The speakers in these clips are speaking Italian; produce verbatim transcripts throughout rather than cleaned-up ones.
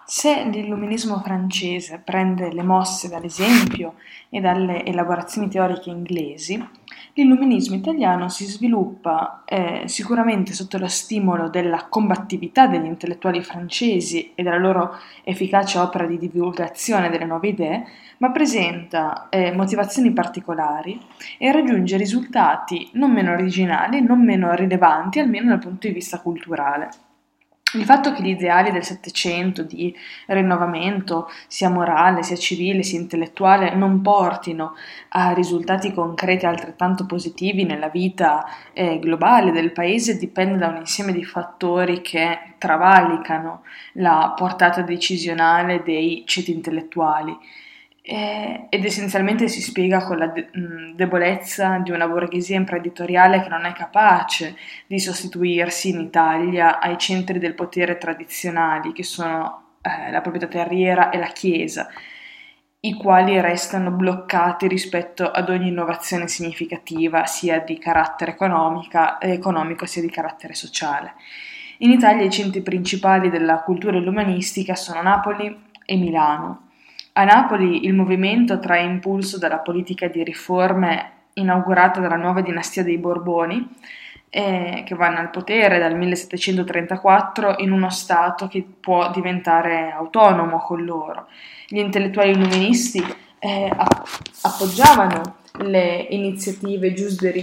Se l'illuminismo francese prende le mosse dall'esempio e dalle elaborazioni teoriche inglesi, l'illuminismo italiano si sviluppa eh, sicuramente sotto lo stimolo della combattività degli intellettuali francesi e della loro efficace opera di divulgazione delle nuove idee, ma presenta eh, motivazioni particolari e raggiunge risultati non meno originali, non meno rilevanti, almeno dal punto di vista culturale. Il fatto che gli ideali del Settecento di rinnovamento, sia morale, sia civile, sia intellettuale, non portino a risultati concreti altrettanto positivi nella vita eh, globale del paese dipende da un insieme di fattori che travalicano la portata decisionale dei ceti intellettuali. Eh, ed essenzialmente si spiega con la de- mh, debolezza di una borghesia imprenditoriale che non è capace di sostituirsi in Italia ai centri del potere tradizionali, che sono eh, la proprietà terriera e la Chiesa, i quali restano bloccati rispetto ad ogni innovazione significativa, sia di carattere economica, eh, economico sia di carattere sociale. In Italia i centri principali della cultura illuministica sono Napoli e Milano. A Napoli il movimento trae impulso dalla politica di riforme inaugurata dalla nuova dinastia dei Borboni, eh, che vanno al potere dal millesettecentotrentaquattro in uno Stato che può diventare autonomo con loro. Gli intellettuali illuministi eh, app- appoggiavano le iniziative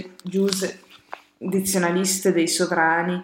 giurisdizionaliste dei sovrani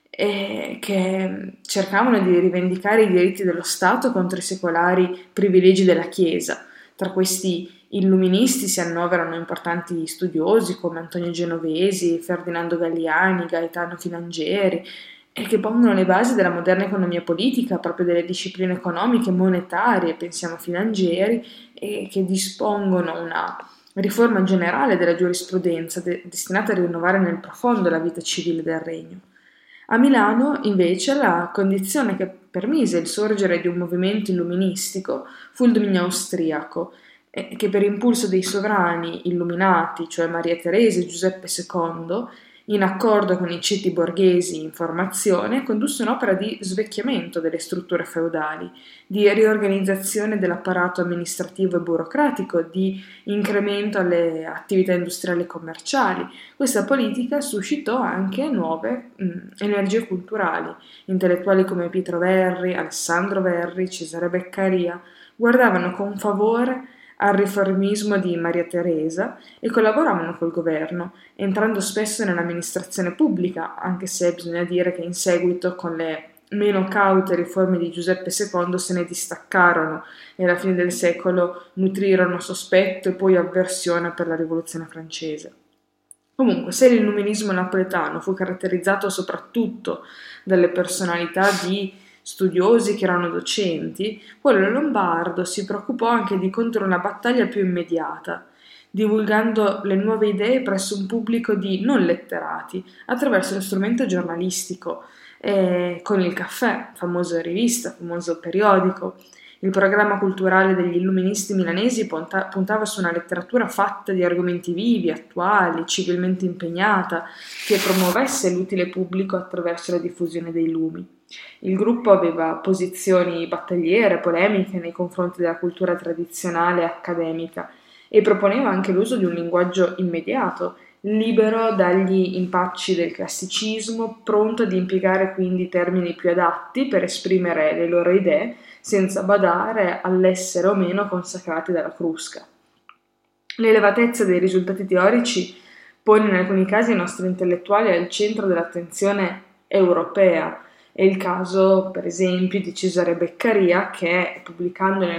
e che cercavano di rivendicare i diritti dello Stato contro i secolari privilegi della Chiesa. Tra questi illuministi si annoverano importanti studiosi come Antonio Genovesi, Ferdinando Galliani, Gaetano Filangieri, e che pongono le basi della moderna economia politica, proprio delle discipline economiche monetarie, pensiamo a Filangieri, e che dispongono una riforma generale della giurisprudenza de- destinata a rinnovare nel profondo la vita civile del regno. A Milano, invece, la condizione che permise il sorgere di un movimento illuministico fu il dominio austriaco, eh, che per impulso dei sovrani illuminati, cioè Maria Teresa e Giuseppe secondo, in accordo con i ceti borghesi in formazione, condusse un'opera di svecchiamento delle strutture feudali, di riorganizzazione dell'apparato amministrativo e burocratico, di incremento alle attività industriali e commerciali. Questa politica suscitò anche nuove mh, energie culturali. Intellettuali come Pietro Verri, Alessandro Verri, Cesare Beccaria guardavano con favore al riformismo di Maria Teresa e collaboravano col governo, entrando spesso nell'amministrazione pubblica, anche se bisogna dire che in seguito con le meno caute riforme di Giuseppe secondo se ne distaccarono e alla fine del secolo nutrirono sospetto e poi avversione per la rivoluzione francese. Comunque, se l'illuminismo napoletano fu caratterizzato soprattutto dalle personalità di studiosi che erano docenti, quello lombardo si preoccupò anche di condurre una battaglia più immediata, divulgando le nuove idee presso un pubblico di non letterati attraverso lo strumento giornalistico, eh, con il caffè, famosa rivista, famoso periodico. Il programma culturale degli illuministi milanesi punta- puntava su una letteratura fatta di argomenti vivi, attuali, civilmente impegnata, che promuovesse l'utile pubblico attraverso la diffusione dei lumi. Il gruppo aveva posizioni battagliere, polemiche nei confronti della cultura tradizionale e accademica e proponeva anche l'uso di un linguaggio immediato, libero dagli impacci del classicismo, pronto ad impiegare quindi termini più adatti per esprimere le loro idee senza badare all'essere o meno consacrati dalla Crusca. L'elevatezza dei risultati teorici pone in alcuni casi i nostri intellettuali al centro dell'attenzione europea. È il caso, per esempio, di Cesare Beccaria che, pubblicando nel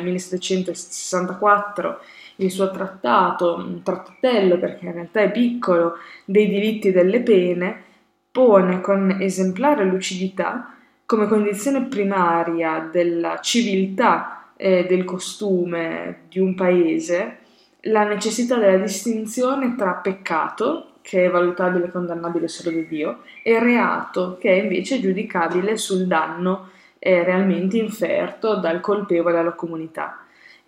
millesettecentosessantaquattro il suo trattato, un trattatello perché in realtà è piccolo, dei diritti delle pene, pone con esemplare lucidità come condizione primaria della civiltà e del costume di un paese la necessità della distinzione tra peccato, che è valutabile e condannabile solo da Dio, e reato, che è invece giudicabile sul danno eh, realmente inferto dal colpevole alla comunità.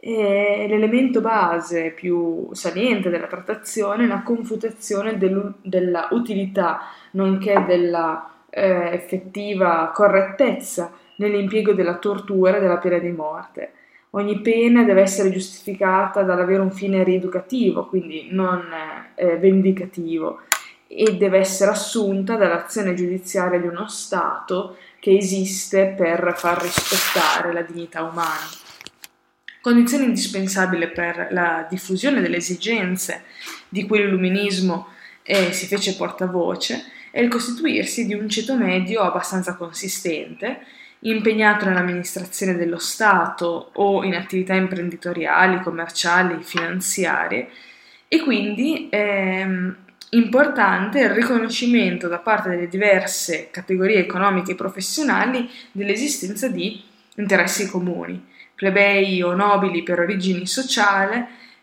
E l'elemento base più saliente della trattazione è la confutazione della utilità, nonché della eh, effettiva correttezza nell'impiego della tortura e della pena di morte. Ogni pena deve essere giustificata dall'avere un fine rieducativo, quindi non eh, vendicativo, e deve essere assunta dall'azione giudiziaria di uno Stato che esiste per far rispettare la dignità umana. Condizione indispensabile per la diffusione delle esigenze di cui l'illuminismo eh, si fece portavoce è il costituirsi di un ceto medio abbastanza consistente, impegnato nell'amministrazione dello Stato o in attività imprenditoriali, commerciali, finanziarie, e quindi è importante il riconoscimento da parte delle diverse categorie economiche e professionali dell'esistenza di interessi comuni. Plebei o nobili per origini sociali,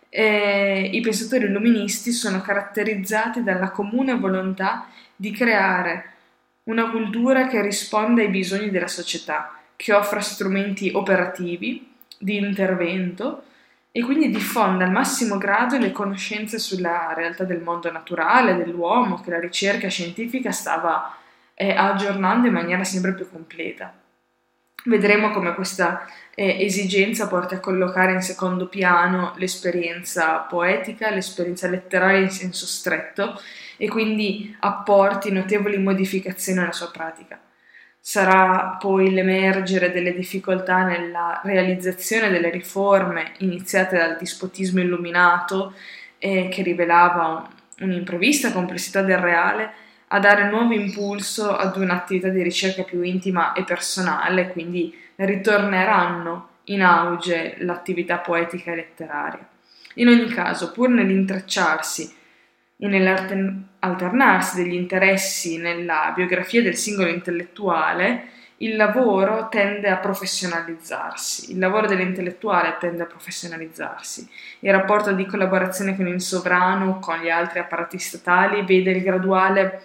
eh, i pensatori illuministi sono caratterizzati dalla comune volontà di creare una cultura che risponda ai bisogni della società, che offra strumenti operativi di intervento e quindi diffonda al massimo grado le conoscenze sulla realtà del mondo naturale, dell'uomo, che la ricerca scientifica stava eh, aggiornando in maniera sempre più completa. Vedremo come questa eh, esigenza porta a collocare in secondo piano l'esperienza poetica, l'esperienza letteraria in senso stretto, e quindi apporti notevoli modificazioni alla sua pratica. Sarà poi l'emergere delle difficoltà nella realizzazione delle riforme iniziate dal dispotismo illuminato, eh, che rivelava un'imprevista complessità del reale, a dare nuovo impulso ad un'attività di ricerca più intima e personale, quindi ritorneranno in auge l'attività poetica e letteraria. In ogni caso, pur nell'intrecciarsi e nell'alternarsi degli interessi nella biografia del singolo intellettuale, il lavoro tende a professionalizzarsi, il lavoro dell'intellettuale tende a professionalizzarsi. Il rapporto di collaborazione con il sovrano, con gli altri apparati statali, vede il graduale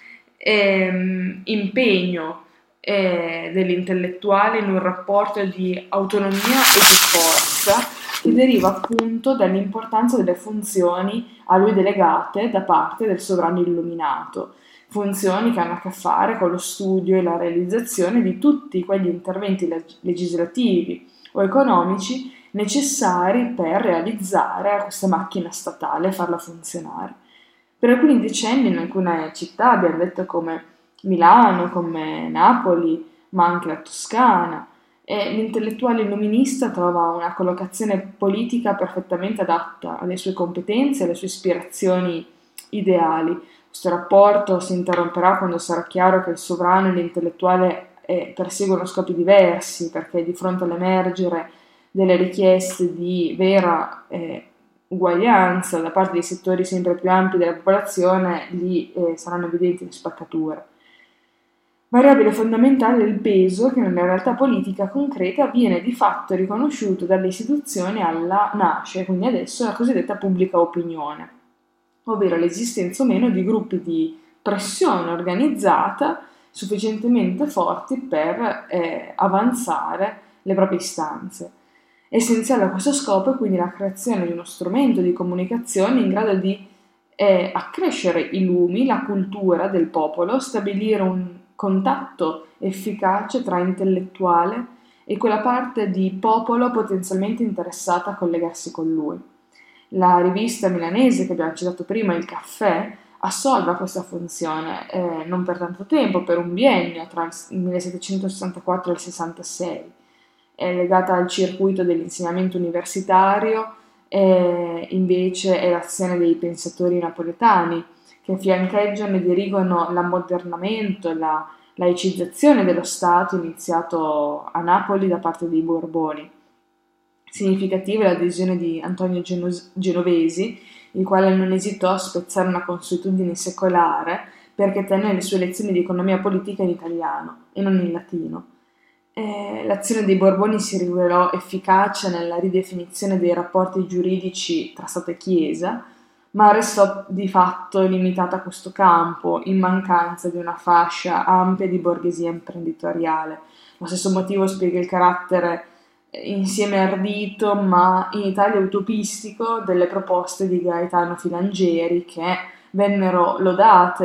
ehm, impegno eh, dell'intellettuale in un rapporto di autonomia e di forza che deriva appunto dall'importanza delle funzioni a lui delegate da parte del sovrano illuminato, funzioni che hanno a che fare con lo studio e la realizzazione di tutti quegli interventi leg- legislativi o economici necessari per realizzare questa macchina statale e farla funzionare. Per alcuni decenni in alcune città, abbiamo detto come Milano, come Napoli, ma anche la Toscana, e l'intellettuale illuminista trova una collocazione politica perfettamente adatta alle sue competenze e alle sue ispirazioni ideali. Questo rapporto si interromperà quando sarà chiaro che il sovrano e l'intellettuale eh, perseguono scopi diversi, perché di fronte all'emergere delle richieste di vera eh, uguaglianza da parte dei settori sempre più ampi della popolazione, lì eh, saranno evidenti le spaccature. Variabile fondamentale è il peso che nella realtà politica concreta viene di fatto riconosciuto dalle istituzioni alla nasce, quindi adesso la cosiddetta pubblica opinione, ovvero l'esistenza o meno di gruppi di pressione organizzata sufficientemente forti per eh, avanzare le proprie istanze. Essenziale a questo scopo è quindi la creazione di uno strumento di comunicazione in grado di eh, accrescere i lumi, la cultura del popolo, stabilire un contatto efficace tra intellettuale e quella parte di popolo potenzialmente interessata a collegarsi con lui. La rivista milanese che abbiamo citato prima, Il Caffè, assolve questa funzione eh, non per tanto tempo, per un biennio tra il millesettecentosessantaquattro e il sessantasei. È legata al circuito dell'insegnamento universitario, e invece è l'azione dei pensatori napoletani che fiancheggiano e dirigono l'ammodernamento e la laicizzazione dello Stato iniziato a Napoli da parte dei Borboni. Significativa è l'adesione di Antonio Geno- Genovesi, il quale non esitò a spezzare una consuetudine secolare perché tenne le sue lezioni di economia politica in italiano e non in latino. Eh, l'azione dei Borboni si rivelò efficace nella ridefinizione dei rapporti giuridici tra Stato e Chiesa, ma restò di fatto limitata a questo campo in mancanza di una fascia ampia di borghesia imprenditoriale. Lo stesso motivo spiega il carattere insieme ardito ma in Italia utopistico delle proposte di Gaetano Filangieri, che vennero lodate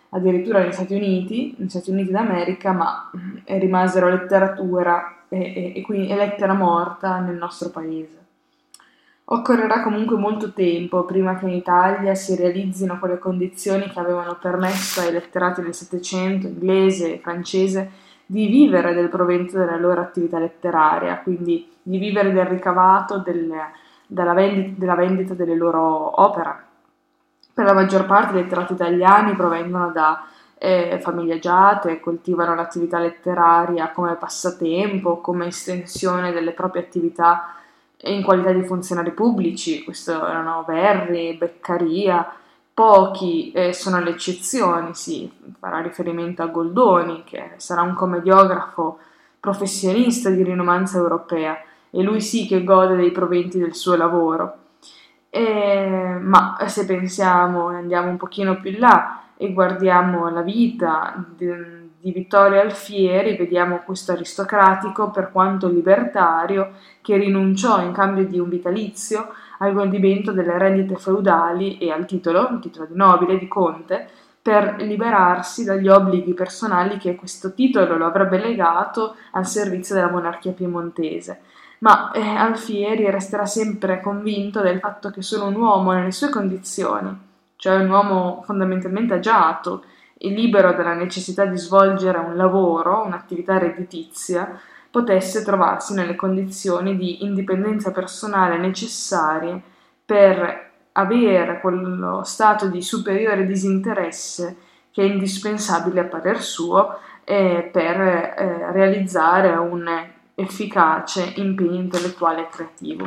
addirittura negli Stati Uniti, negli Stati Uniti d'America, ma eh, rimasero letteratura e, e, e quindi è lettera morta nel nostro paese. Occorrerà comunque molto tempo prima che in Italia si realizzino quelle condizioni che avevano permesso ai letterati del Settecento, inglese e francese, di vivere del provento della loro attività letteraria, quindi di vivere del ricavato del, della, vendita, della vendita delle loro opere. Per la maggior parte i letterati italiani provengono da eh, famiglie agiate, coltivano l'attività letteraria come passatempo, come estensione delle proprie attività in qualità di funzionari pubblici. Questo erano Verri, Beccaria. Pochi eh, sono le eccezioni, si farà riferimento a Goldoni, che sarà un commediografo professionista di rinomanza europea, e lui sì che gode dei proventi del suo lavoro. E, ma se pensiamo e andiamo un pochino più in là e guardiamo la vita di, di Vittorio Alfieri, vediamo questo aristocratico per quanto libertario che rinunciò in cambio di un vitalizio al godimento delle rendite feudali e al titolo, il titolo di nobile, di conte, per liberarsi dagli obblighi personali che questo titolo lo avrebbe legato al servizio della monarchia piemontese. Ma eh, Alfieri resterà sempre convinto del fatto che solo un uomo nelle sue condizioni, cioè un uomo fondamentalmente agiato e libero dalla necessità di svolgere un lavoro, un'attività redditizia, potesse trovarsi nelle condizioni di indipendenza personale necessarie per avere quello stato di superiore disinteresse che è indispensabile a parer suo eh, per eh, realizzare un efficace impegno intellettuale e creativo.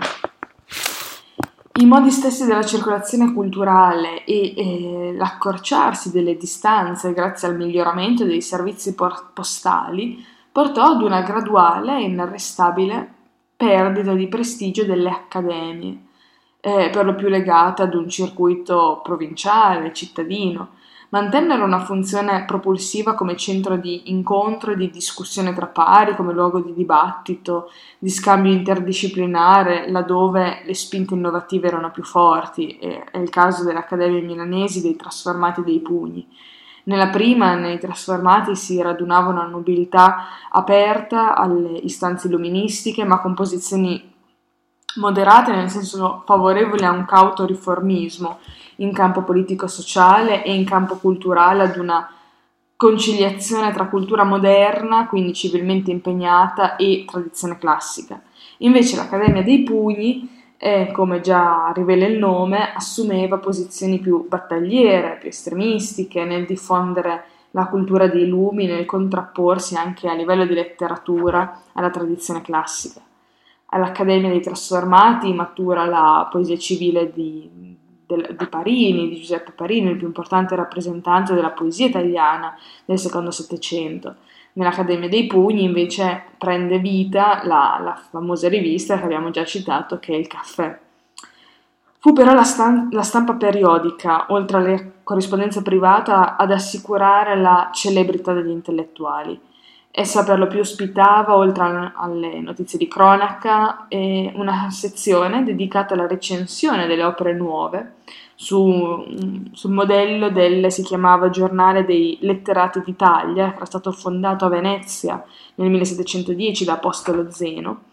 I modi stessi della circolazione culturale e eh, l'accorciarsi delle distanze grazie al miglioramento dei servizi por- postali portò ad una graduale e inarrestabile perdita di prestigio delle accademie, eh, per lo più legate ad un circuito provinciale, cittadino. Mantennero una funzione propulsiva come centro di incontro e di discussione tra pari, come luogo di dibattito, di scambio interdisciplinare, laddove le spinte innovative erano più forti. È il caso delle accademie milanesi dei Trasformati dei Pugni. Nella prima, nei Trasformati, si radunava una nobiltà aperta alle istanze illuministiche, ma con posizioni moderate, nel senso favorevoli a un cauto riformismo in campo politico-sociale e in campo culturale, ad una conciliazione tra cultura moderna, quindi civilmente impegnata, e tradizione classica. Invece l'Accademia dei Pugni, eh, come già rivela il nome, assumeva posizioni più battagliere, più estremistiche nel diffondere la cultura dei lumi, nel contrapporsi anche a livello di letteratura alla tradizione classica. All'Accademia dei Trasformati matura la poesia civile di, del, di Parini, di Giuseppe Parini, il più importante rappresentante della poesia italiana del secondo Settecento. Nell'Accademia dei Pugni invece prende vita la, la famosa rivista che abbiamo già citato, che è il Caffè. Fu però la, stam- la stampa periodica, oltre alla corrispondenza privata, ad assicurare la celebrità degli intellettuali. Essa per lo più ospitava, oltre alle notizie di cronaca, eh, una sezione dedicata alla recensione delle opere nuove, su, sul modello del, si chiamava Giornale dei Letterati d'Italia, che era stato fondato a Venezia nel millesettecentodieci da Apostolo Zeno.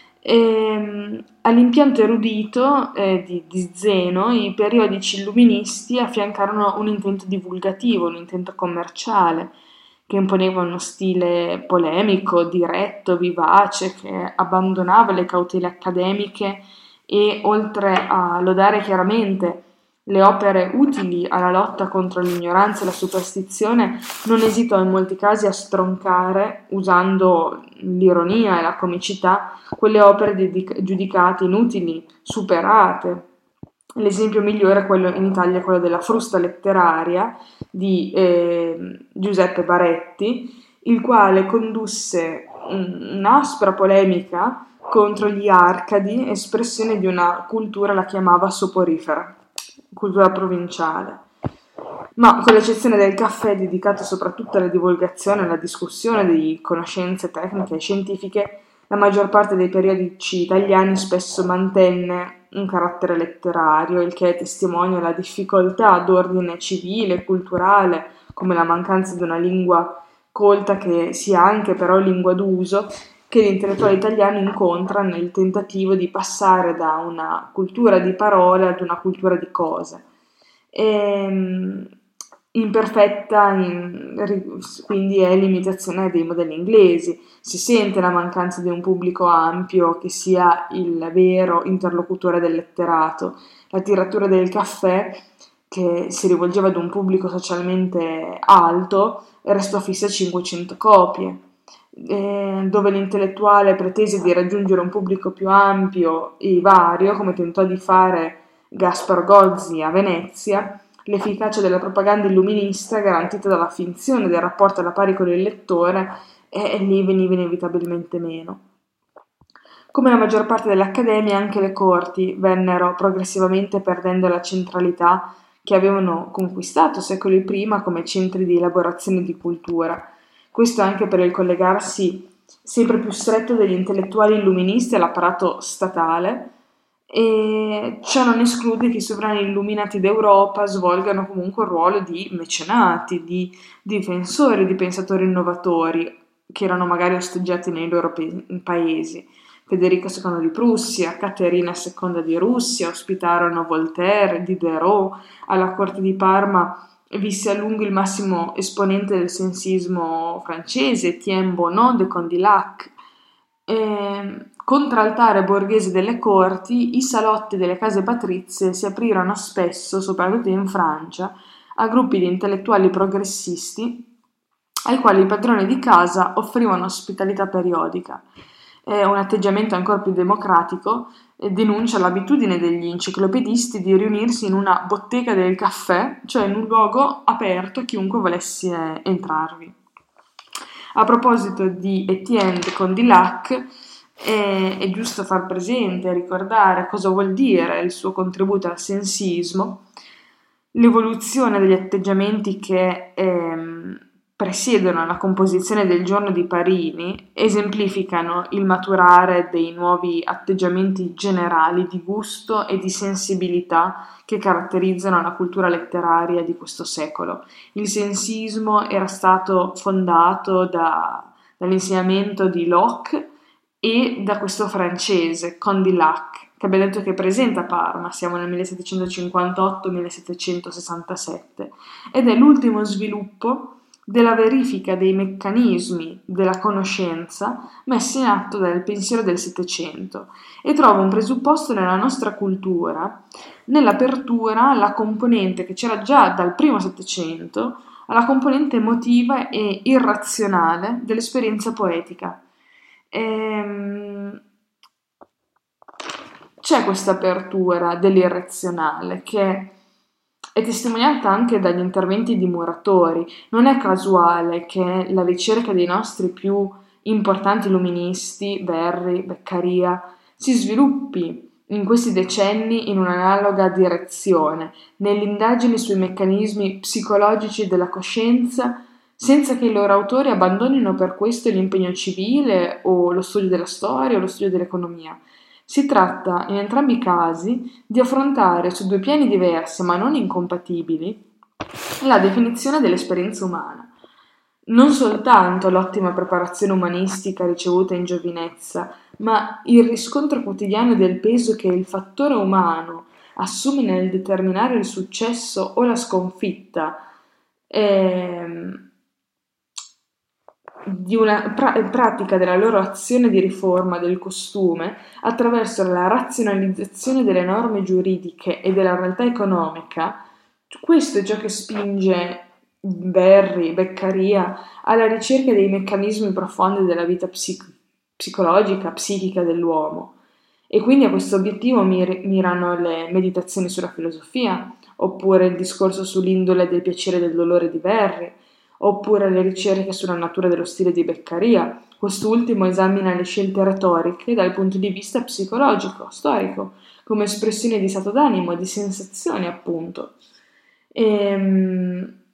E, all'impianto erudito eh, di, di Zeno, i periodici illuministi affiancarono un intento divulgativo, un intento commerciale, che imponeva uno stile polemico, diretto, vivace, che abbandonava le cautele accademiche e, oltre a lodare chiaramente le opere utili alla lotta contro l'ignoranza e la superstizione, non esitò in molti casi a stroncare, usando l'ironia e la comicità, quelle opere dedic- giudicate inutili, superate. L'esempio migliore è quello in Italia, quello della frusta letteraria di eh, Giuseppe Baretti, il quale condusse un, un'aspra polemica contro gli Arcadi, espressione di una cultura, la chiamava soporifera, cultura provinciale. Ma con l'eccezione del Caffè, dedicato soprattutto alla divulgazione e alla discussione di conoscenze tecniche e scientifiche, la maggior parte dei periodici italiani spesso mantenne un carattere letterario, il che testimonia la difficoltà d'ordine civile, culturale, come la mancanza di una lingua colta che sia anche però lingua d'uso, che l'intellettuale italiano incontra nel tentativo di passare da una cultura di parole ad una cultura di cose. E, imperfetta, in, quindi è l'imitazione dei modelli inglesi. Si sente la mancanza di un pubblico ampio che sia il vero interlocutore del letterato. La tiratura del caffè, che si rivolgeva ad un pubblico socialmente alto, restò fissa a cinquecento copie. Eh, dove l'intellettuale pretese di raggiungere un pubblico più ampio e vario, come tentò di fare Gaspar Gozzi a Venezia, l'efficacia della propaganda illuminista, garantita dalla finzione del rapporto alla pari con il lettore, e lì veniva inevitabilmente meno. Come la maggior parte dell'Accademia, anche le corti vennero progressivamente perdendo la centralità che avevano conquistato secoli prima come centri di elaborazione di cultura. Questo anche per il collegarsi sempre più stretto degli intellettuali illuministi all'apparato statale, e ciò non esclude che i sovrani illuminati d'Europa svolgano comunque un ruolo di mecenati, di difensori, di pensatori innovatori, che erano magari osteggiati nei loro pe- paesi. Federico secondo di Prussia, Caterina seconda di Russia ospitarono Voltaire, Diderot. Alla corte di Parma visse a lungo il massimo esponente del sensismo francese, Étienne Bonnot de Condillac. E, contraltare borghese delle corti, i salotti delle case patrizie si aprirono spesso, soprattutto in Francia, a gruppi di intellettuali progressisti ai quali i padroni di casa offrivano ospitalità periodica. È un atteggiamento ancora più democratico e denuncia l'abitudine degli enciclopedisti di riunirsi in una bottega del caffè, cioè in un luogo aperto a chiunque volesse entrarvi. A proposito di Étienne de Condillac, è, è giusto far presente e ricordare cosa vuol dire il suo contributo al sensismo, l'evoluzione degli atteggiamenti che ehm, presiedono la composizione del giorno di Parini esemplificano il maturare dei nuovi atteggiamenti generali di gusto e di sensibilità che caratterizzano la cultura letteraria di questo secolo. Il sensismo era stato fondato da, dall'insegnamento di Locke e da questo francese, Condillac, che abbiamo detto che è presente a Parma, siamo nel millesettecentocinquantotto millesettecentosessantasette, ed è l'ultimo sviluppo della verifica dei meccanismi della conoscenza messi in atto dal pensiero del Settecento e trova un presupposto nella nostra cultura, nell'apertura alla componente che c'era già dal primo Settecento, alla componente emotiva e irrazionale dell'esperienza poetica. Ehm, c'è questa apertura dell'irrazionale che è testimoniata anche dagli interventi di Muratori. Non è casuale che la ricerca dei nostri più importanti illuministi, Verri, Beccaria, si sviluppi in questi decenni in un'analoga direzione, nelle indagini sui meccanismi psicologici della coscienza, senza che i loro autori abbandonino per questo l'impegno civile o lo studio della storia o lo studio dell'economia. Si tratta, in entrambi i casi, di affrontare su due piani diversi ma non incompatibili la definizione dell'esperienza umana. Non soltanto l'ottima preparazione umanistica ricevuta in giovinezza, ma il riscontro quotidiano del peso che il fattore umano assume nel determinare il successo o la sconfitta ehm, di una pra- pratica della loro azione di riforma del costume attraverso la razionalizzazione delle norme giuridiche e della realtà economica. Questo è ciò che spinge Verri, Beccaria alla ricerca dei meccanismi profondi della vita psic- psicologica, psichica dell'uomo. E quindi a questo obiettivo mir- mirano le meditazioni sulla filosofia, oppure il discorso sull'indole del piacere e del dolore di Verri, oppure le ricerche sulla natura dello stile di Beccaria. Quest'ultimo esamina le scelte retoriche dal punto di vista psicologico, storico, come espressione di stato d'animo e di sensazioni, appunto. Ehm,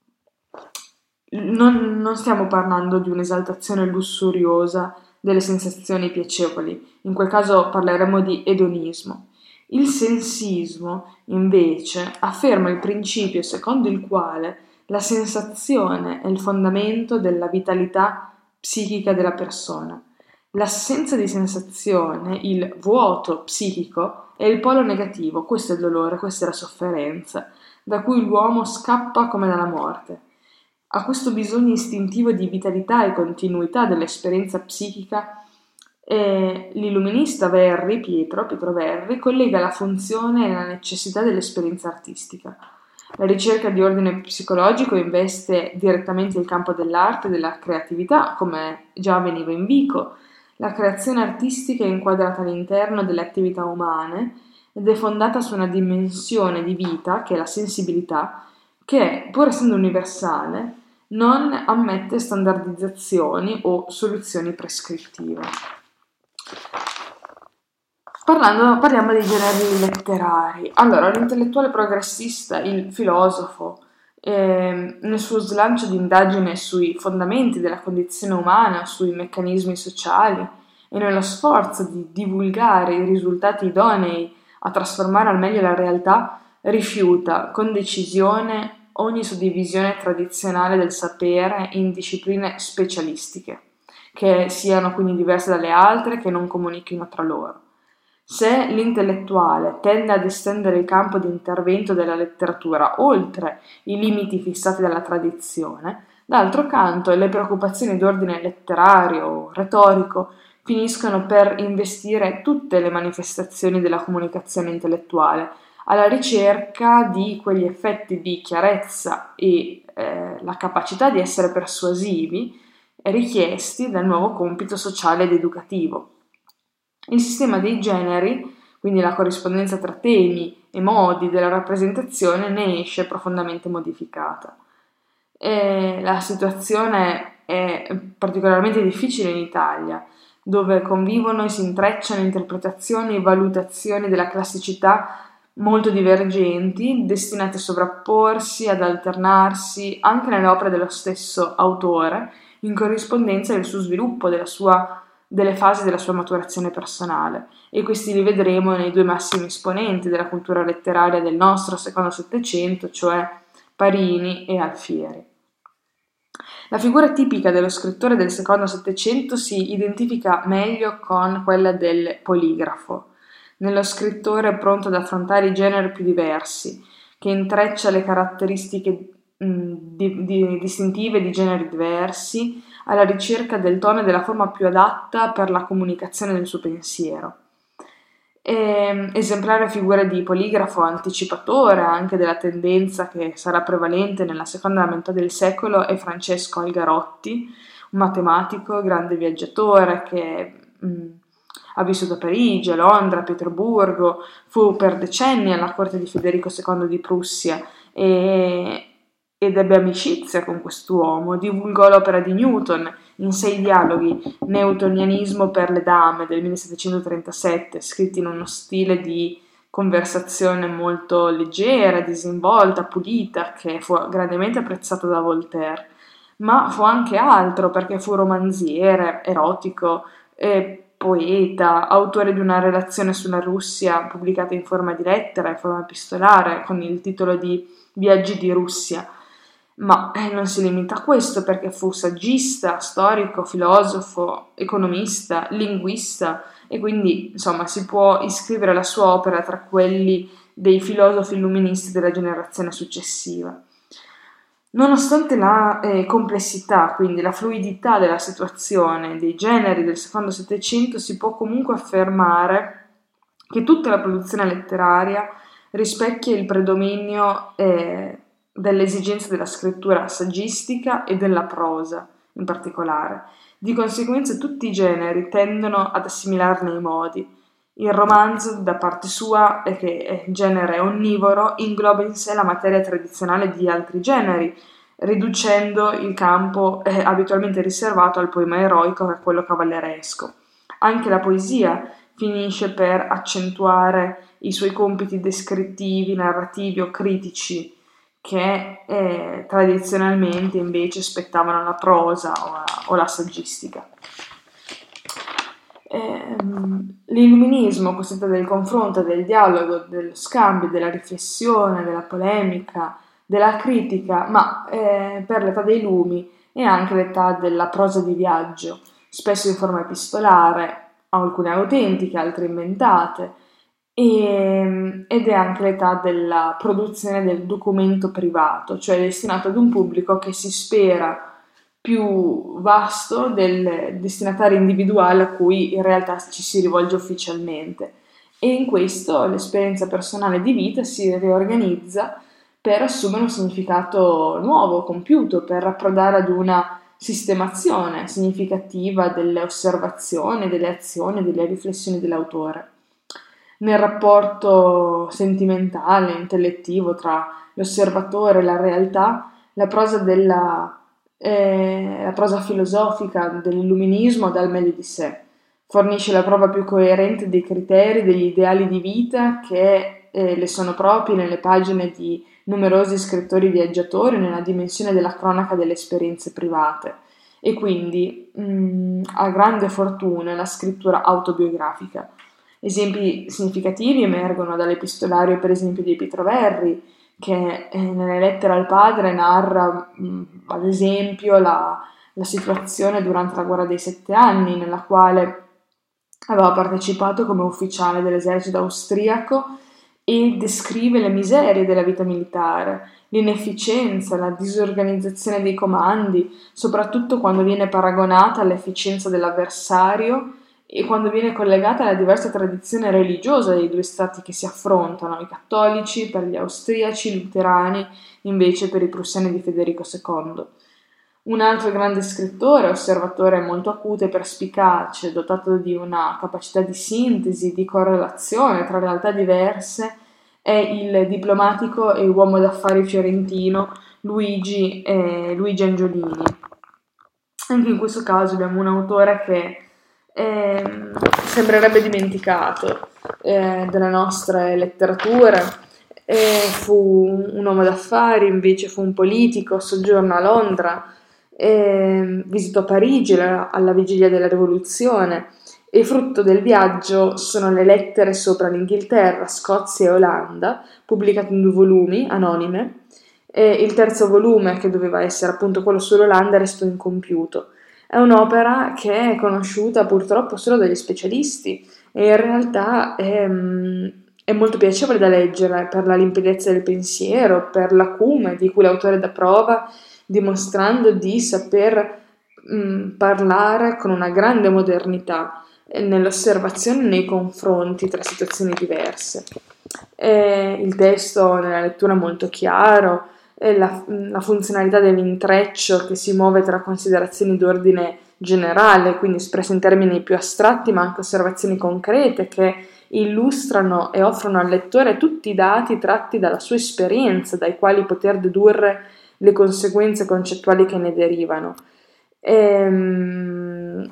non, non stiamo parlando di un'esaltazione lussuriosa delle sensazioni piacevoli, in quel caso parleremo di edonismo. Il sensismo, invece, afferma il principio secondo il quale La sensazione è il fondamento della vitalità psichica della persona. L'assenza di sensazione, il vuoto psichico, è il polo negativo, questo è il dolore, questa è la sofferenza, da cui l'uomo scappa come dalla morte. A questo bisogno istintivo di vitalità e continuità dell'esperienza psichica, eh, l'illuminista Verri, Pietro, Pietro Verri, collega la funzione e la necessità dell'esperienza artistica. La ricerca di ordine psicologico investe direttamente il campo dell'arte e della creatività, come già avveniva in Vico. La creazione artistica è inquadrata all'interno delle attività umane ed è fondata su una dimensione di vita, che è la sensibilità, che, pur essendo universale, non ammette standardizzazioni o soluzioni prescrittive. Parlando, parliamo dei generi letterari. Allora, l'intellettuale progressista, il filosofo, eh, nel suo slancio di indagine sui fondamenti della condizione umana, sui meccanismi sociali e nello sforzo di divulgare i risultati idonei a trasformare al meglio la realtà, rifiuta con decisione ogni suddivisione tradizionale del sapere in discipline specialistiche, che siano quindi diverse dalle altre, che non comunichino tra loro. Se l'intellettuale tende ad estendere il campo di intervento della letteratura oltre i limiti fissati dalla tradizione, d'altro canto le preoccupazioni d'ordine letterario o retorico finiscono per investire tutte le manifestazioni della comunicazione intellettuale, alla ricerca di quegli effetti di chiarezza e eh, la capacità di essere persuasivi richiesti dal nuovo compito sociale ed educativo. Il sistema dei generi, quindi la corrispondenza tra temi e modi della rappresentazione, ne esce profondamente modificata. E la situazione è particolarmente difficile in Italia, dove convivono e si intrecciano interpretazioni e valutazioni della classicità molto divergenti, destinate a sovrapporsi, ad alternarsi anche nelle opere dello stesso autore, in corrispondenza del suo sviluppo, della sua, delle fasi della sua maturazione personale. E questi li vedremo nei due massimi esponenti della cultura letteraria del nostro secondo Settecento, cioè Parini e Alfieri. La figura tipica dello scrittore del secondo Settecento si identifica meglio con quella del poligrafo, nello scrittore pronto ad affrontare i generi più diversi, che intreccia le caratteristiche mh, di, di, distintive di generi diversi alla ricerca del tono e della forma più adatta per la comunicazione del suo pensiero. E, esemplare figura di poligrafo anticipatore anche della tendenza che sarà prevalente nella seconda metà del secolo è Francesco Algarotti, un matematico, grande viaggiatore che mh, ha vissuto a Parigi, a Londra, a Pietroburgo, fu per decenni alla corte di Federico secondo di Prussia e, ed ebbe amicizia con quest'uomo, divulgò l'opera di Newton in sei dialoghi, Newtonianismo per le dame del millesettecentotrentasette, scritti in uno stile di conversazione molto leggera, disinvolta, pulita, che fu grandemente apprezzato da Voltaire. Ma fu anche altro, perché fu romanziere, erotico, eh, poeta, autore di una relazione sulla Russia pubblicata in forma di lettera, in forma epistolare, con il titolo di Viaggi di Russia. Ma eh, non si limita a questo, perché fu saggista, storico, filosofo, economista, linguista e quindi insomma si può iscrivere la sua opera tra quelli dei filosofi illuministi della generazione successiva. Nonostante la eh, complessità, quindi la fluidità della situazione dei generi del secondo Settecento, si può comunque affermare che tutta la produzione letteraria rispecchia il predominio eh, dell'esigenza della scrittura saggistica e della prosa in particolare. Di conseguenza tutti i generi tendono ad assimilarne i modi. Il romanzo, da parte sua, che è genere onnivoro, ingloba in sé la materia tradizionale di altri generi, riducendo il campo eh, abitualmente riservato al poema eroico e a quello cavalleresco. Anche la poesia finisce per accentuare i suoi compiti descrittivi, narrativi o critici, che eh, tradizionalmente invece spettavano la prosa o la, o la saggistica. Eh, l'illuminismo, costituito del confronto, del dialogo, dello scambio, della riflessione, della polemica, della critica, ma eh, per l'età dei lumi e anche l'età della prosa di viaggio, spesso in forma epistolare, alcune autentiche, altre inventate, e, ed è anche l'età della produzione del documento privato, cioè destinato ad un pubblico che si spera più vasto del destinatario individuale a cui in realtà ci si rivolge ufficialmente. E in questo l'esperienza personale di vita si riorganizza per assumere un significato nuovo, compiuto, per approdare ad una sistemazione significativa delle osservazioni, delle azioni, delle riflessioni dell'autore. Nel rapporto sentimentale, intellettivo tra l'osservatore e la realtà, la prosa della eh, la prosa filosofica dell'illuminismo dà il meglio di sé, fornisce la prova più coerente dei criteri, degli ideali di vita che eh, le sono propri nelle pagine di numerosi scrittori viaggiatori nella dimensione della cronaca delle esperienze private e quindi mh, ha grande fortuna la scrittura autobiografica. Esempi significativi emergono dall'epistolario per esempio di Pietro Verri, che eh, nelle lettere al padre narra mh, ad esempio la, la situazione durante la guerra dei sette anni nella quale aveva partecipato come ufficiale dell'esercito austriaco e descrive le miserie della vita militare, l'inefficienza, la disorganizzazione dei comandi, soprattutto quando viene paragonata all'efficienza dell'avversario e quando viene collegata alla diversa tradizione religiosa dei due stati che si affrontano, i cattolici per gli austriaci, i luterani invece per i prussiani di Federico secondo. Un altro grande scrittore, osservatore molto acuto e perspicace, dotato di una capacità di sintesi, di correlazione tra realtà diverse, è il diplomatico e uomo d'affari fiorentino Luigi, eh, Luigi Angiolini. Anche in questo caso abbiamo un autore che eh, sembrerebbe dimenticato eh, della nostra letteratura. Eh, fu un uomo d'affari, invece fu un politico, soggiornò a Londra, eh, visitò Parigi alla, alla vigilia della rivoluzione e frutto del viaggio sono le lettere sopra l'Inghilterra, Scozia e Olanda, pubblicate in due volumi, anonime, e il terzo volume, che doveva essere appunto quello sull'Olanda, restò incompiuto. È un'opera che è conosciuta purtroppo solo dagli specialisti e in realtà è, è molto piacevole da leggere per la limpidezza del pensiero, per l'acume di cui l'autore dà prova, dimostrando di saper mh, parlare con una grande modernità nell'osservazione e nei confronti tra situazioni diverse. E il testo nella lettura è molto chiaro, e la, la funzionalità dell'intreccio che si muove tra considerazioni d'ordine generale, quindi espresse in termini più astratti, ma anche osservazioni concrete che illustrano e offrono al lettore tutti i dati tratti dalla sua esperienza, dai quali poter dedurre le conseguenze concettuali che ne derivano. Ehm...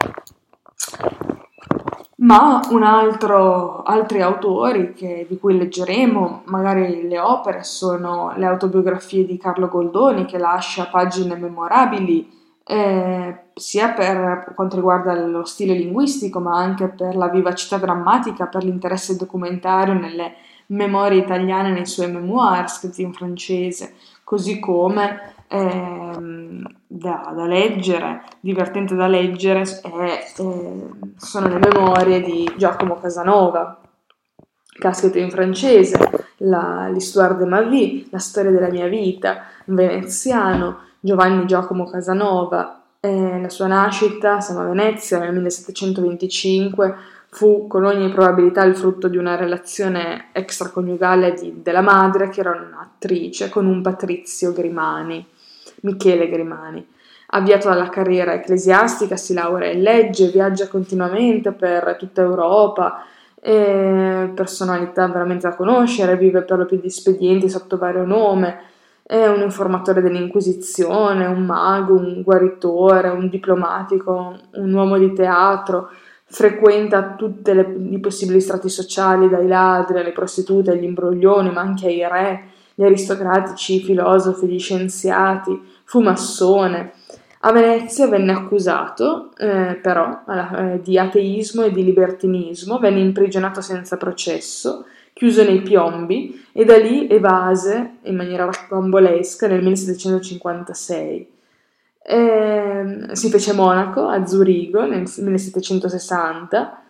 Ma un altro, altri autori che, di cui leggeremo, magari le opere, sono le autobiografie di Carlo Goldoni, che lascia pagine memorabili eh, sia per quanto riguarda lo stile linguistico, ma anche per la vivacità drammatica, per l'interesse documentario nelle memorie italiane, nei suoi memoir scritti in francese, così come ehm, da, da leggere, divertente da leggere, è, eh, sono le memorie di Giacomo Casanova, che ha scritto in francese la, l'Histoire de ma vie, la storia della mia vita, veneziano, Giovanni Giacomo Casanova, eh, la sua nascita, siamo a Venezia nel millesettecentoventicinque, fu con ogni probabilità il frutto di una relazione extraconiugale di, della madre, che era un'attrice, con un patrizio Grimani, Michele Grimani. Avviato dalla carriera ecclesiastica, si laurea in legge, viaggia continuamente per tutta Europa, è personalità veramente da conoscere, vive per lo più di spedienti sotto vario nome, è un informatore dell'Inquisizione, un mago, un guaritore, un diplomatico, un uomo di teatro, frequenta tutti i possibili strati sociali, dai ladri alle prostitute, agli imbroglioni, ma anche ai re, gli aristocratici, i filosofi, gli scienziati, fu massone. A Venezia venne accusato, eh, però, eh, di ateismo e di libertinismo, venne imprigionato senza processo, chiuso nei piombi, e da lì evase in maniera rocambolesca nel millesettecentocinquantasei. Eh, si fece monaco a Zurigo nel millesettecentosessanta,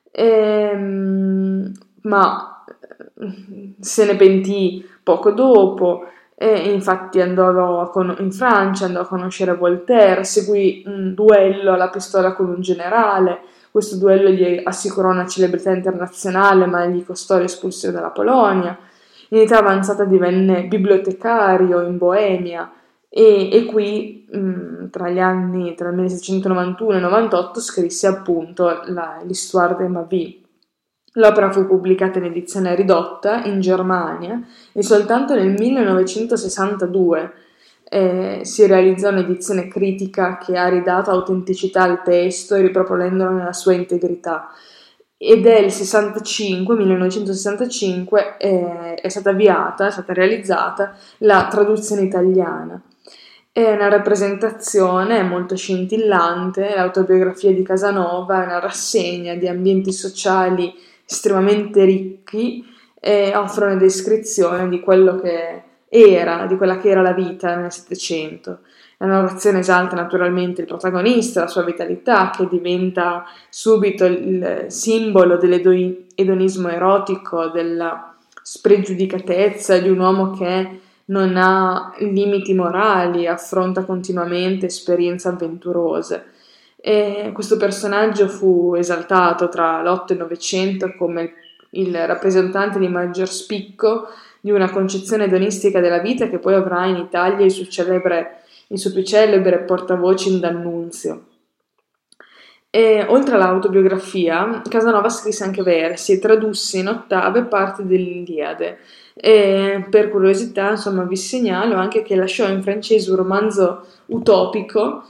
ehm, ma se ne pentì poco dopo, e infatti andò a con- in Francia, andò a conoscere Voltaire, seguì un duello alla pistola con un generale. Questo duello gli assicurò una celebrità internazionale, ma gli costò l'espulsione dalla Polonia. In età avanzata divenne bibliotecario in Boemia, e, e qui mh, tra gli anni tra il milleseicentonovantuno e il novantotto scrisse appunto la, l'Histoire de ma vie. L'opera fu pubblicata in edizione ridotta in Germania e soltanto nel millenovecentosessantadue eh, si realizzò un'edizione critica che ha ridato autenticità al testo, riproponendolo nella sua integrità. Ed è il sessantacinque, millenovecentosessantacinque eh, è stata avviata, è stata realizzata la traduzione italiana. È una rappresentazione molto scintillante, l'autobiografia di Casanova è una rassegna di ambienti sociali estremamente ricchi e offre una descrizione di quello che era, di quella che era la vita nel Settecento. La narrazione esalta naturalmente il protagonista, la sua vitalità, che diventa subito il simbolo dell'edonismo erotico, della spregiudicatezza di un uomo che non ha limiti morali, affronta continuamente esperienze avventurose. E questo personaggio fu esaltato tra l'Ottocento e il Novecento come il rappresentante di maggior spicco di una concezione edonistica della vita, che poi avrà in Italia il suo celebre il suo più celebre portavoce in D'Annunzio. E, oltre all'autobiografia, Casanova scrisse anche versi e tradusse in ottave parte dell'Iliade. E, per curiosità, insomma, vi segnalo anche che lasciò in francese un romanzo utopico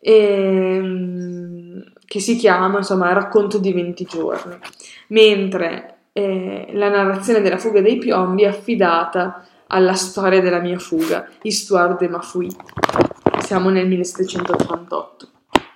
e, che si chiama, insomma, Racconto di venti giorni, mentre eh, la narrazione della fuga dei piombi è affidata alla storia della mia fuga, Histoire de ma fuite. Siamo nel millesettecentottantotto.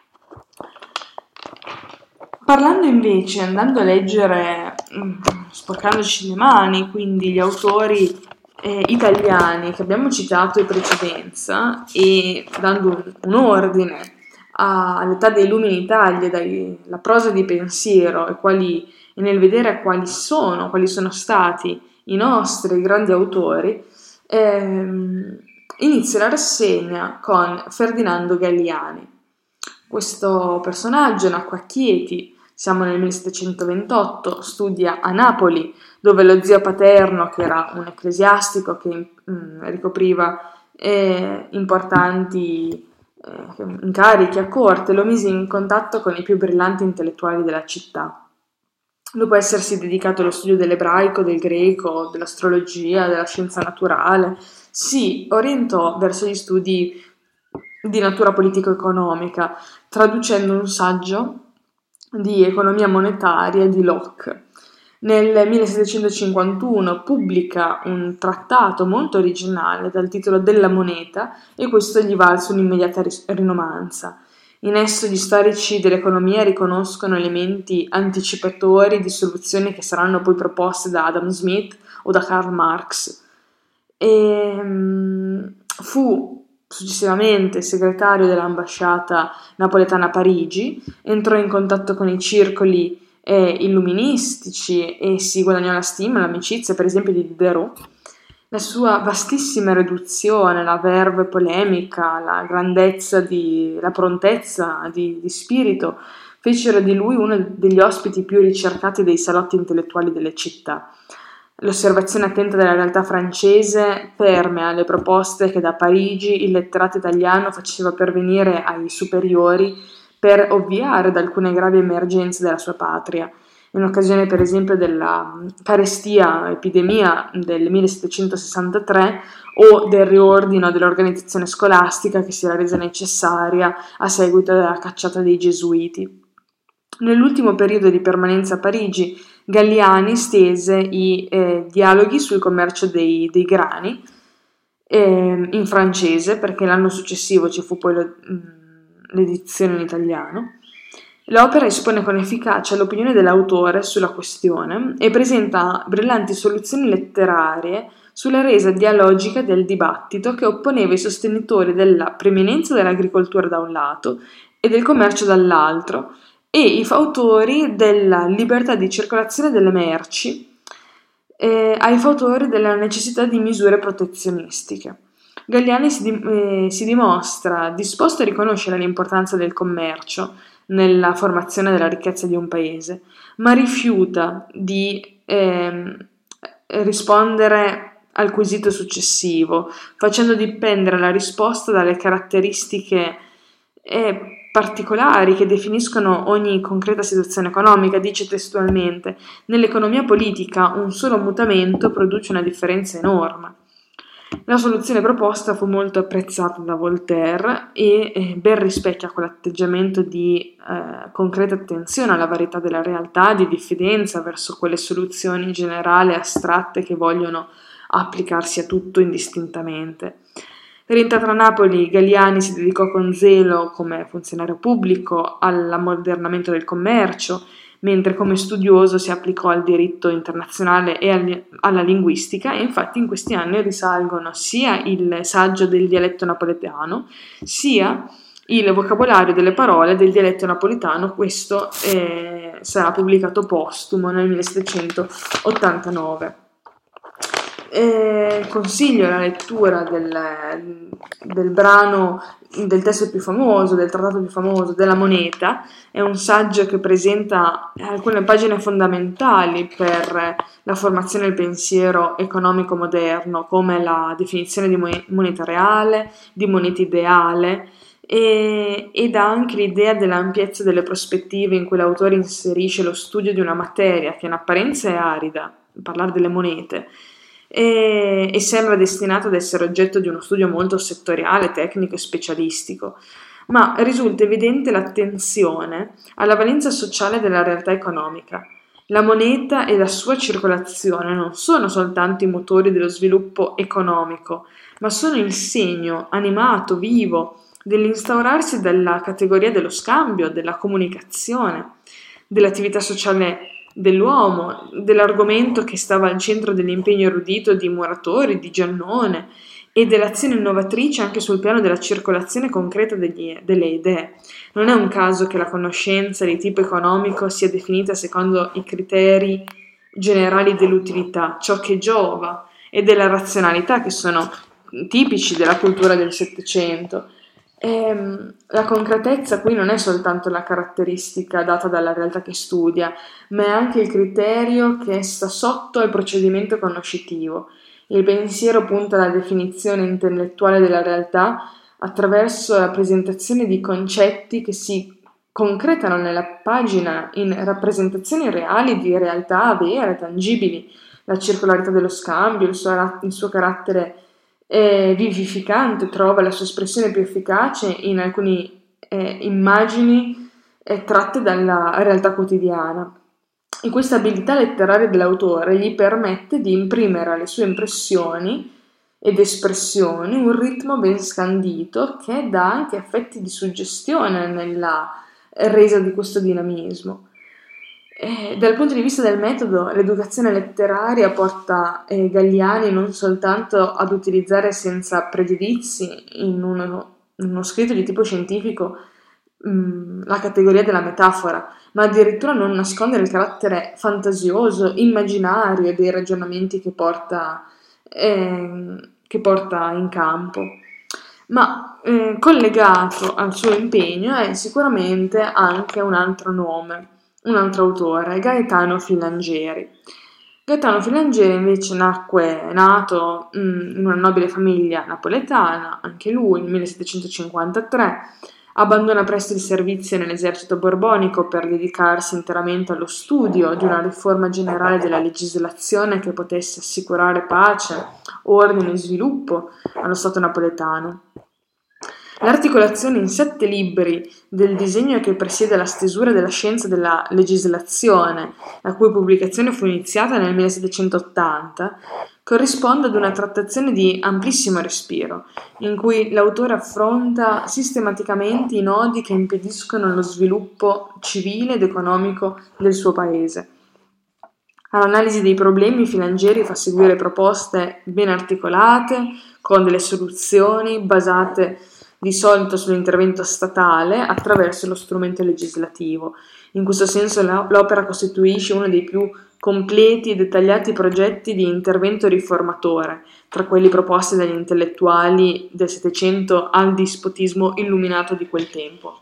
Parlando invece, andando a leggere, sporcandoci le mani, quindi gli autori eh, italiani che abbiamo citato in precedenza, e dando un, un ordine a, all'età dei lumi in Italia, dalla prosa di pensiero, e, quali, e nel vedere quali sono, quali sono stati i nostri grandi autori, ehm, inizio la rassegna con Ferdinando Galliani. Questo personaggio nacque a Chieti, siamo nel millesettecentoventotto, studia a Napoli, dove lo zio paterno, che era un ecclesiastico che mh, ricopriva eh, importanti eh, incarichi a corte, lo mise in contatto con i più brillanti intellettuali della città. Dopo essersi dedicato allo studio dell'ebraico, del greco, dell'astrologia, della scienza naturale, si orientò verso gli studi di natura politico-economica, traducendo un saggio di economia monetaria di Locke. Nel millesettecentocinquantuno pubblica un trattato molto originale dal titolo Della moneta, e questo gli valse un'immediata rinomanza. In esso gli storici dell'economia riconoscono elementi anticipatori di soluzioni che saranno poi proposte da Adam Smith o da Karl Marx. E, um, fu successivamente segretario dell'ambasciata napoletana a Parigi, entrò in contatto con i circoli eh, illuministici e si guadagnò la stima e l'amicizia, per esempio, di Diderot. La sua vastissima erudizione, la verve polemica, la grandezza, di, la prontezza di, di spirito fecero di lui uno degli ospiti più ricercati dei salotti intellettuali delle città. L'osservazione attenta della realtà francese permea le proposte che da Parigi il letterato italiano faceva pervenire ai superiori per ovviare ad alcune gravi emergenze della sua patria. In occasione, per esempio, della carestia epidemia del millesettecentosessantatré o del riordino dell'organizzazione scolastica che si era resa necessaria a seguito della cacciata dei gesuiti. Nell'ultimo periodo di permanenza a Parigi, Galliani stese i eh, dialoghi sul commercio dei, dei grani eh, in francese, perché l'anno successivo ci fu poi lo, mh, l'edizione in italiano, L'opera espone con efficacia l'opinione dell'autore sulla questione e presenta brillanti soluzioni letterarie sulla resa dialogica del dibattito che opponeva i sostenitori della preeminenza dell'agricoltura da un lato e del commercio dall'altro e i fautori della libertà di circolazione delle merci eh, ai fautori della necessità di misure protezionistiche. Galliani si, di- eh, si dimostra disposto a riconoscere l'importanza del commercio nella formazione della ricchezza di un paese, ma rifiuta di ehm, rispondere al quesito successivo, facendo dipendere la risposta dalle caratteristiche eh, particolari che definiscono ogni concreta situazione economica. Dice testualmente: nell'economia politica un solo mutamento produce una differenza enorme. La soluzione proposta fu molto apprezzata da Voltaire e eh, ben rispecchia quell'atteggiamento di eh, concreta attenzione alla varietà della realtà, di diffidenza verso quelle soluzioni generali e astratte che vogliono applicarsi a tutto indistintamente. Rientrato a Napoli, Galliani si dedicò con zelo come funzionario pubblico all'ammodernamento del commercio, mentre come studioso si applicò al diritto internazionale e alla linguistica, e infatti in questi anni risalgono sia il saggio del dialetto napoletano, sia il vocabolario delle parole del dialetto napoletano. Questo eh, sarà pubblicato postumo nel millesettecentottantanove. Eh, consiglio la lettura del, del brano, del testo più famoso, del trattato più famoso, della Moneta. È un saggio che presenta alcune pagine fondamentali per la formazione del pensiero economico moderno, come la definizione di moneta reale, di moneta ideale, e, ed anche l'idea dell'ampiezza delle prospettive in cui l'autore inserisce lo studio di una materia che in apparenza è arida, parlare delle monete, e, e sembra destinato ad essere oggetto di uno studio molto settoriale, tecnico e specialistico, ma risulta evidente l'attenzione alla valenza sociale della realtà economica. La moneta e la sua circolazione non sono soltanto i motori dello sviluppo economico, ma sono il segno animato, vivo, dell'instaurarsi della categoria dello scambio, della comunicazione, dell'attività sociale dell'uomo, dell'argomento che stava al centro dell'impegno erudito di Muratori, di Giannone, e dell'azione innovatrice anche sul piano della circolazione concreta degli, delle idee. Non è un caso che la conoscenza di tipo economico sia definita secondo i criteri generali dell'utilità, ciò che giova, e della razionalità, che sono tipici della cultura del Settecento. E la concretezza qui non è soltanto la caratteristica data dalla realtà che studia, ma è anche il criterio che sta sotto al procedimento conoscitivo. Il pensiero punta alla definizione intellettuale della realtà attraverso la presentazione di concetti che si concretano nella pagina in rappresentazioni reali di realtà vere, tangibili. La circolarità dello scambio, il suo, il suo carattere eh, vivificante trova la sua espressione più efficace in alcune eh, immagini eh, tratte dalla realtà quotidiana. E questa abilità letteraria dell'autore gli permette di imprimere alle sue impressioni ed espressioni un ritmo ben scandito che dà anche effetti di suggestione nella resa di questo dinamismo. E dal punto di vista del metodo, l'educazione letteraria porta eh, Galliani non soltanto ad utilizzare senza pregiudizi in uno, in uno scritto di tipo scientifico mh, la categoria della metafora, ma addirittura non nascondere il carattere fantasioso, immaginario dei ragionamenti che porta, eh, che porta in campo. Ma eh, collegato al suo impegno è sicuramente anche un altro nome, un altro autore, Gaetano Filangieri. Gaetano Filangieri invece nacque, è nato mh, in una nobile famiglia napoletana, anche lui nel millesettecentocinquantatré. Abbandona presto il servizio nell'esercito borbonico per dedicarsi interamente allo studio di una riforma generale della legislazione che potesse assicurare pace, ordine e sviluppo allo Stato napoletano. L'articolazione in sette libri del disegno che presiede la stesura della scienza della legislazione, la cui pubblicazione fu iniziata nel millesettecentottanta, corrisponde ad una trattazione di amplissimo respiro, in cui l'autore affronta sistematicamente i nodi che impediscono lo sviluppo civile ed economico del suo paese. All'analisi dei problemi Filangieri fa seguire proposte ben articolate, con delle soluzioni basate di solito sull'intervento statale attraverso lo strumento legislativo. In questo senso l'opera costituisce uno dei più completi e dettagliati progetti di intervento riformatore, tra quelli proposti dagli intellettuali del Settecento al dispotismo illuminato di quel tempo.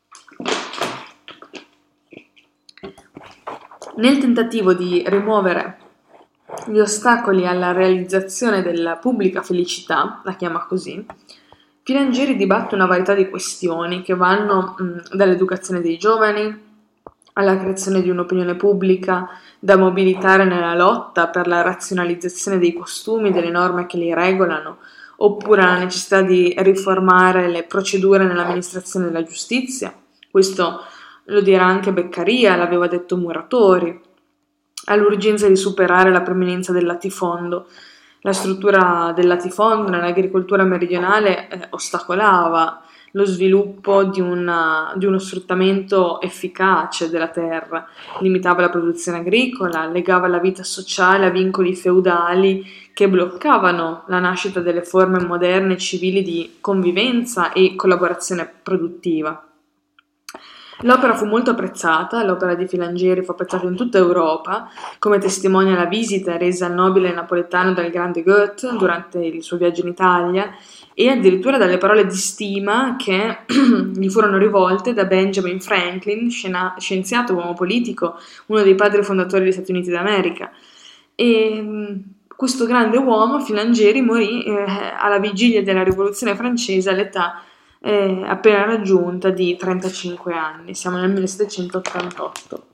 Nel tentativo di rimuovere gli ostacoli alla realizzazione della pubblica felicità, la chiama così, Filangieri dibatte una varietà di questioni che vanno mh, dall'educazione dei giovani alla creazione di un'opinione pubblica da mobilitare nella lotta per la razionalizzazione dei costumi, delle norme che li regolano, oppure alla necessità di riformare le procedure nell'amministrazione della giustizia. Questo lo dirà anche Beccaria, l'aveva detto Muratori, all'urgenza di superare la preminenza del latifondo. La struttura del latifondo nell'agricoltura meridionale eh, ostacolava lo sviluppo di, una, di uno sfruttamento efficace della terra, limitava la produzione agricola, legava la vita sociale a vincoli feudali che bloccavano la nascita delle forme moderne e civili di convivenza e collaborazione produttiva. L'opera fu molto apprezzata, l'opera di Filangieri fu apprezzata in tutta Europa, come testimonia la visita resa al nobile napoletano dal grande Goethe durante il suo viaggio in Italia e addirittura dalle parole di stima che gli furono rivolte da Benjamin Franklin, scienziato, uomo politico, uno dei padri fondatori degli Stati Uniti d'America. E questo grande uomo, Filangieri, morì eh, alla vigilia della Rivoluzione francese all'età eh, appena raggiunta di trentacinque anni, siamo nel millesettecentottantotto.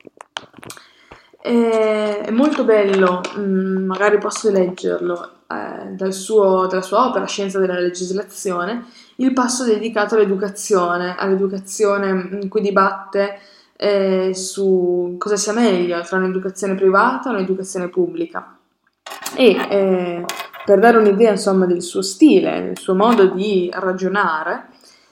Eh, è molto bello, mh, magari posso leggerlo, eh, dal suo, dalla sua opera Scienza della legislazione, il passo dedicato all'educazione, all'educazione in cui dibatte eh, su cosa sia meglio tra un'educazione privata e un'educazione pubblica. E eh, per dare un'idea insomma del suo stile, del suo modo di ragionare,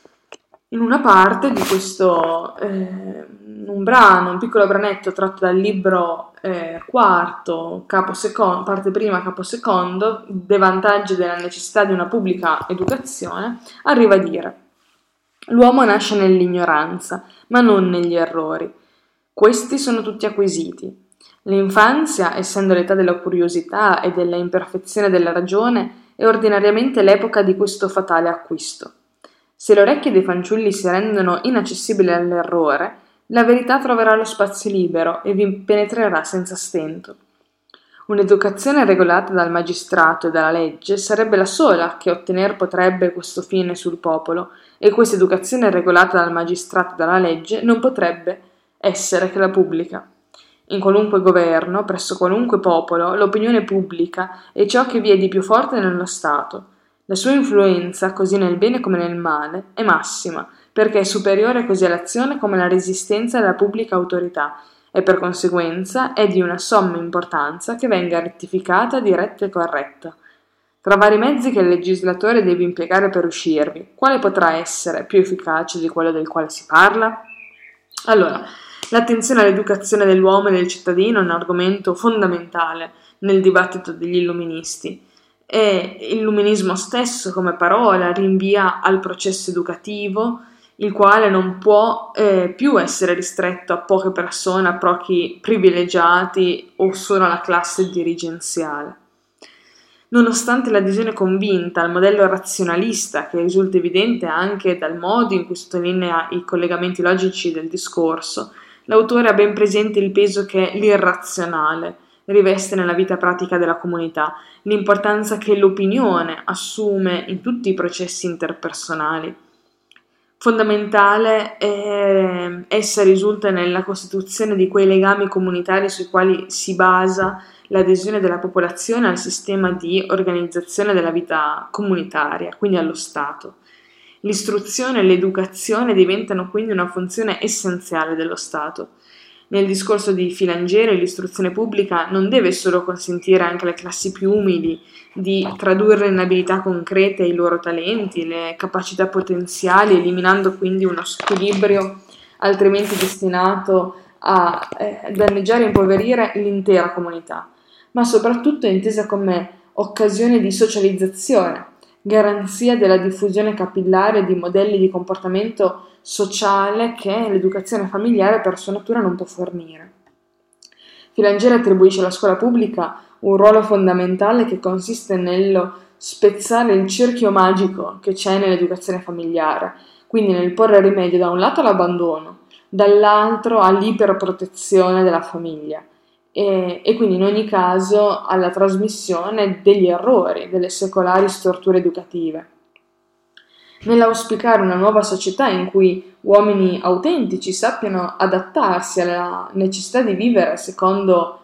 in una parte di questo, eh, un brano, un piccolo branetto tratto dal libro eh, quarto, capo secondo, parte prima, capo secondo, dei vantaggi della necessità di una pubblica educazione, arriva a dire: l'uomo nasce nell'ignoranza, ma non negli errori. Questi sono tutti acquisiti. L'infanzia, essendo l'età della curiosità e della imperfezione della ragione, è ordinariamente l'epoca di questo fatale acquisto. Se le orecchie dei fanciulli si rendono inaccessibili all'errore, la verità troverà lo spazio libero e vi penetrerà senza stento. Un'educazione regolata dal magistrato e dalla legge sarebbe la sola che ottener potrebbe questo fine sul popolo, e questa educazione regolata dal magistrato e dalla legge non potrebbe essere che la pubblica. In qualunque governo, presso qualunque popolo, l'opinione pubblica è ciò che vi è di più forte nello Stato. La sua influenza, così nel bene come nel male, è massima, perché è superiore così all'azione come alla resistenza della pubblica autorità, e per conseguenza è di una somma importanza che venga rettificata, diretta e corretta. Tra vari mezzi che il legislatore deve impiegare per uscirvi, quale potrà essere più efficace di quello del quale si parla? Allora, l'attenzione all'educazione dell'uomo e del cittadino è un argomento fondamentale nel dibattito degli illuministi. E l'illuminismo stesso come parola rinvia al processo educativo, il quale non può eh, più essere ristretto a poche persone, a pochi privilegiati o solo alla classe dirigenziale. Nonostante l'adesione convinta al modello razionalista, che risulta evidente anche dal modo in cui sottolinea i collegamenti logici del discorso, l'autore ha ben presente il peso che l'irrazionale riveste nella vita pratica della comunità, l'importanza che l'opinione assume in tutti i processi interpersonali. Fondamentale è, essa risulta nella costituzione di quei legami comunitari sui quali si basa l'adesione della popolazione al sistema di organizzazione della vita comunitaria, quindi allo Stato. L'istruzione e l'educazione diventano quindi una funzione essenziale dello Stato. Nel discorso di Filangieri, l'istruzione pubblica non deve solo consentire anche alle classi più umili di tradurre in abilità concrete i loro talenti, le capacità potenziali, eliminando quindi uno squilibrio altrimenti destinato a eh, danneggiare e impoverire l'intera comunità, ma soprattutto è intesa come occasione di socializzazione, garanzia della diffusione capillare di modelli di comportamento sociale che l'educazione familiare per sua natura non può fornire. Filangieri attribuisce alla scuola pubblica un ruolo fondamentale che consiste nello spezzare il cerchio magico che c'è nell'educazione familiare, quindi nel porre rimedio da un lato all'abbandono, dall'altro all'iperprotezione della famiglia e, e quindi in ogni caso alla trasmissione degli errori, delle secolari storture educative. Nell'auspicare una nuova società in cui uomini autentici sappiano adattarsi alla necessità di vivere secondo,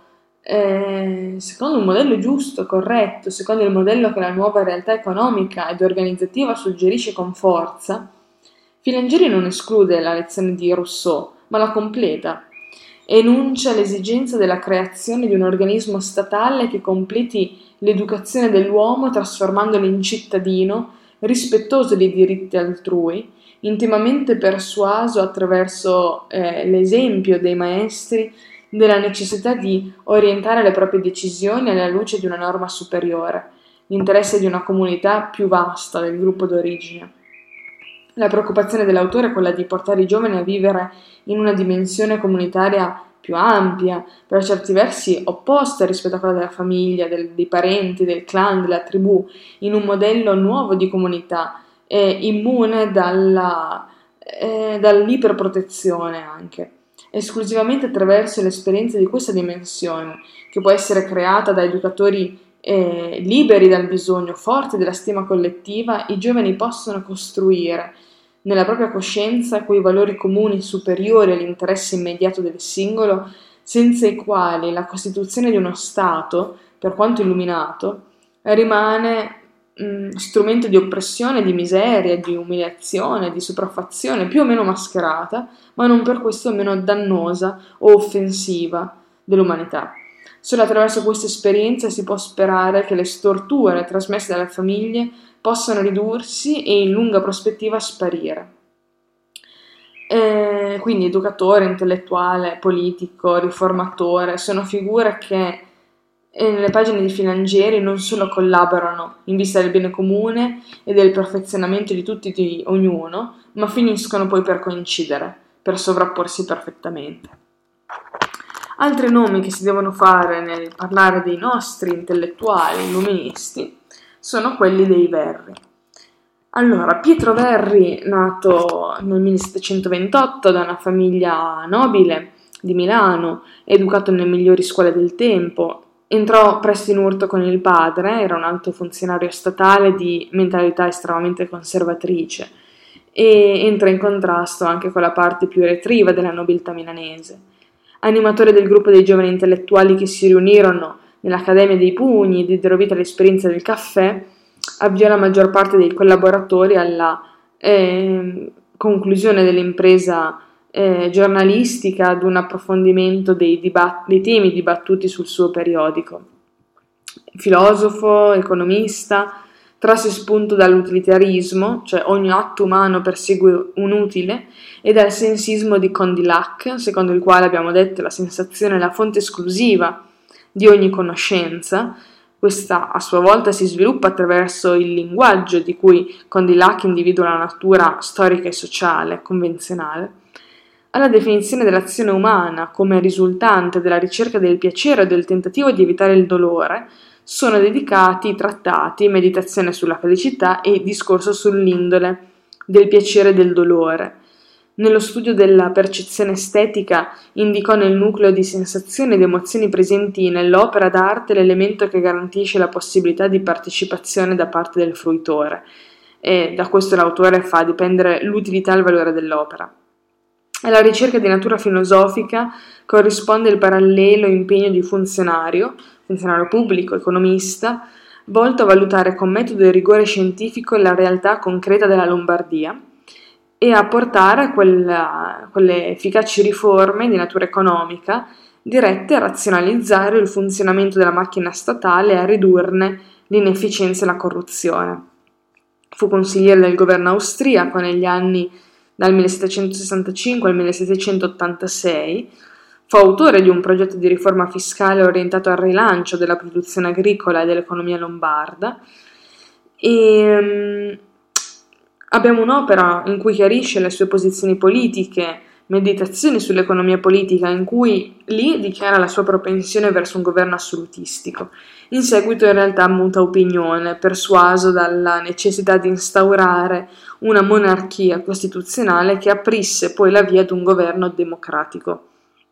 eh, secondo un modello giusto, corretto, secondo il modello che la nuova realtà economica ed organizzativa suggerisce con forza, Filangieri non esclude la lezione di Rousseau, ma la completa. Enuncia l'esigenza della creazione di un organismo statale che completi l'educazione dell'uomo trasformandolo in cittadino rispettoso dei diritti altrui, intimamente persuaso attraverso eh, l'esempio dei maestri della necessità di orientare le proprie decisioni alla luce di una norma superiore, l'interesse di una comunità più vasta del gruppo d'origine. La preoccupazione dell'autore è quella di portare i giovani a vivere in una dimensione comunitaria più ampia, per certi versi opposta rispetto a quella della famiglia, del, dei parenti, del clan, della tribù, in un modello nuovo di comunità, e immune dalla, eh, dall'iperprotezione anche, esclusivamente attraverso l'esperienza di questa dimensione, che può essere creata da educatori eh, liberi dal bisogno, forti della stima collettiva. I giovani possono costruire nella propria coscienza quei valori comuni superiori all'interesse immediato del singolo, senza i quali la costituzione di uno Stato, per quanto illuminato, rimane mh, strumento di oppressione, di miseria, di umiliazione, di sopraffazione, più o meno mascherata, ma non per questo meno dannosa o offensiva dell'umanità. Solo attraverso questa esperienza si può sperare che le storture trasmesse dalle famiglie possano ridursi e in lunga prospettiva sparire. E quindi educatore, intellettuale, politico, riformatore sono figure che nelle pagine di Filangieri non solo collaborano in vista del bene comune e del perfezionamento di tutti e di ognuno, ma finiscono poi per coincidere, per sovrapporsi perfettamente. Altri nomi che si devono fare nel parlare dei nostri intellettuali illuministi sono quelli dei Verri. Allora, Pietro Verri, nato nel millesettecentoventotto da una famiglia nobile di Milano, educato nelle migliori scuole del tempo, entrò presto in urto con il padre, era un alto funzionario statale di mentalità estremamente conservatrice, e entra in contrasto anche con la parte più retriva della nobiltà milanese. Animatore del gruppo dei giovani intellettuali che si riunirono nell'Accademia dei Pugni e diedero vita all'esperienza del caffè, avviò la maggior parte dei collaboratori alla eh, conclusione dell'impresa eh, giornalistica ad un approfondimento dei, dibat- dei temi dibattuti sul suo periodico. Filosofo, economista, trasse spunto dall'utilitarismo, cioè ogni atto umano persegue un utile, e dal sensismo di Condillac, secondo il quale, abbiamo detto, la sensazione è la fonte esclusiva di ogni conoscenza. Questa a sua volta si sviluppa attraverso il linguaggio di cui Condillac individua la natura storica e sociale, convenzionale. Alla definizione dell'azione umana come risultante della ricerca del piacere o del tentativo di evitare il dolore sono dedicati i trattati Meditazione sulla felicità e Discorso sull'indole del piacere e del dolore. Nello studio della percezione estetica indicò nel nucleo di sensazioni ed emozioni presenti nell'opera d'arte l'elemento che garantisce la possibilità di partecipazione da parte del fruitore, e da questo l'autore fa dipendere l'utilità e il valore dell'opera. Alla ricerca di natura filosofica corrisponde il parallelo impegno di funzionario, funzionario pubblico, economista, volto a valutare con metodo e rigore scientifico la realtà concreta della Lombardia, e a portare a quella, quelle efficaci riforme di natura economica dirette a razionalizzare il funzionamento della macchina statale e a ridurne l'inefficienza e la corruzione. Fu consigliere del governo austriaco negli anni dal millesettecentosessantacinque al millesettecentottantasei, fu autore di un progetto di riforma fiscale orientato al rilancio della produzione agricola e dell'economia lombarda e um, abbiamo un'opera in cui chiarisce le sue posizioni politiche, Meditazioni sull'economia politica, in cui lì dichiara la sua propensione verso un governo assolutistico. In seguito in realtà muta opinione, persuaso dalla necessità di instaurare una monarchia costituzionale che aprisse poi la via ad un governo democratico.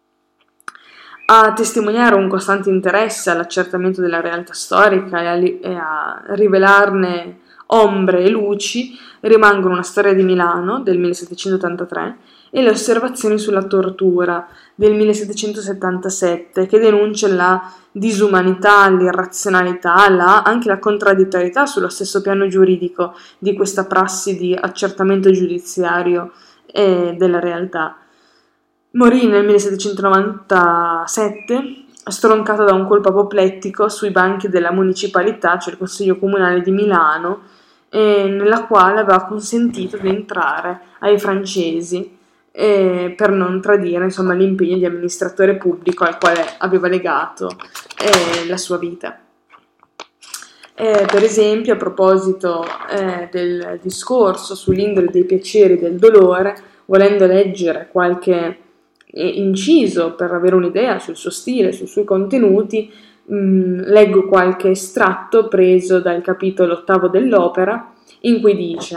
A testimoniare un costante interesse all'accertamento della realtà storica e a, li- e a rivelarne ombre e luci rimangono Una storia di Milano del millesettecentottantatré e Le osservazioni sulla tortura del millesettecentosettantasette, che denuncia la disumanità, l'irrazionalità, la, anche la contraddittorietà sullo stesso piano giuridico di questa prassi di accertamento giudiziario e della realtà. Morì nel millesettecentonovantasette, stroncato da un colpo apoplettico sui banchi della municipalità, cioè il Consiglio Comunale di Milano, e nella quale aveva consentito di entrare ai francesi eh, per non tradire, insomma, l'impegno di amministratore pubblico al quale aveva legato eh, la sua vita. Eh, per esempio, a proposito eh, del discorso sull'indole dei piaceri e del dolore, volendo leggere qualche eh, inciso per avere un'idea sul suo stile, sui suoi contenuti, mh, leggo qualche estratto preso dal capitolo ottavo dell'opera, in cui dice: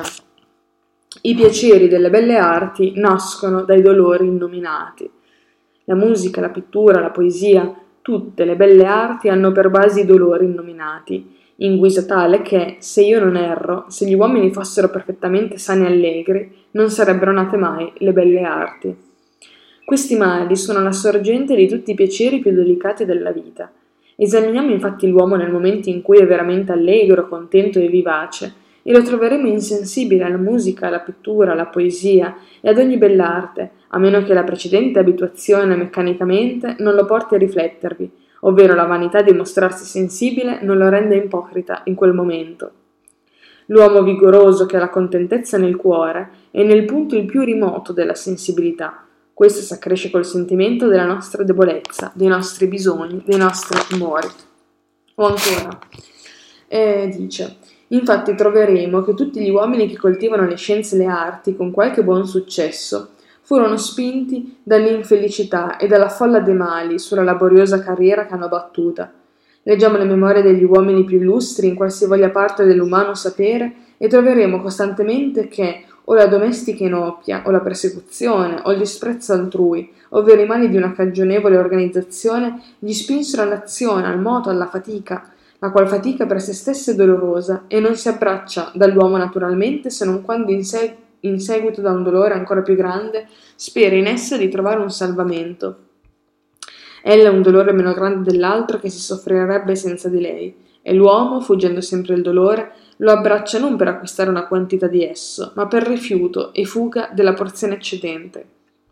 i piaceri delle belle arti nascono dai dolori innominati. La musica, la pittura, la poesia, tutte le belle arti hanno per base i dolori innominati, in guisa tale che, se io non erro, se gli uomini fossero perfettamente sani e allegri, non sarebbero nate mai le belle arti. Questi mali sono la sorgente di tutti i piaceri più delicati della vita. Esaminiamo infatti l'uomo nel momento in cui è veramente allegro, contento e vivace, e lo troveremo insensibile alla musica, alla pittura, alla poesia e ad ogni bell'arte, a meno che la precedente abituazione meccanicamente non lo porti a riflettervi, ovvero la vanità di mostrarsi sensibile non lo rende ipocrita in quel momento. L'uomo vigoroso che ha la contentezza nel cuore è nel punto il più rimoto della sensibilità. Questo s'accresce col sentimento della nostra debolezza, dei nostri bisogni, dei nostri umori. O ancora, eh, dice: infatti troveremo che tutti gli uomini che coltivano le scienze e le arti con qualche buon successo furono spinti dall'infelicità e dalla folla dei mali sulla laboriosa carriera che hanno battuta. Leggiamo le memorie degli uomini più illustri in qualsivoglia parte dell'umano sapere e troveremo costantemente che o la domestica inopia, o la persecuzione, o il disprezzo altrui, ovvero i mali di una cagionevole organizzazione, gli spinsero all'azione, al moto, alla fatica, la qual fatica per se stessa è dolorosa e non si abbraccia dall'uomo naturalmente se non quando in, seg- in seguito da un dolore ancora più grande spera in essa di trovare un salvamento. Ella è un dolore meno grande dell'altro che si soffrirebbe senza di lei, e l'uomo, fuggendo sempre il dolore, lo abbraccia non per acquistare una quantità di esso, ma per rifiuto e fuga della porzione eccedente.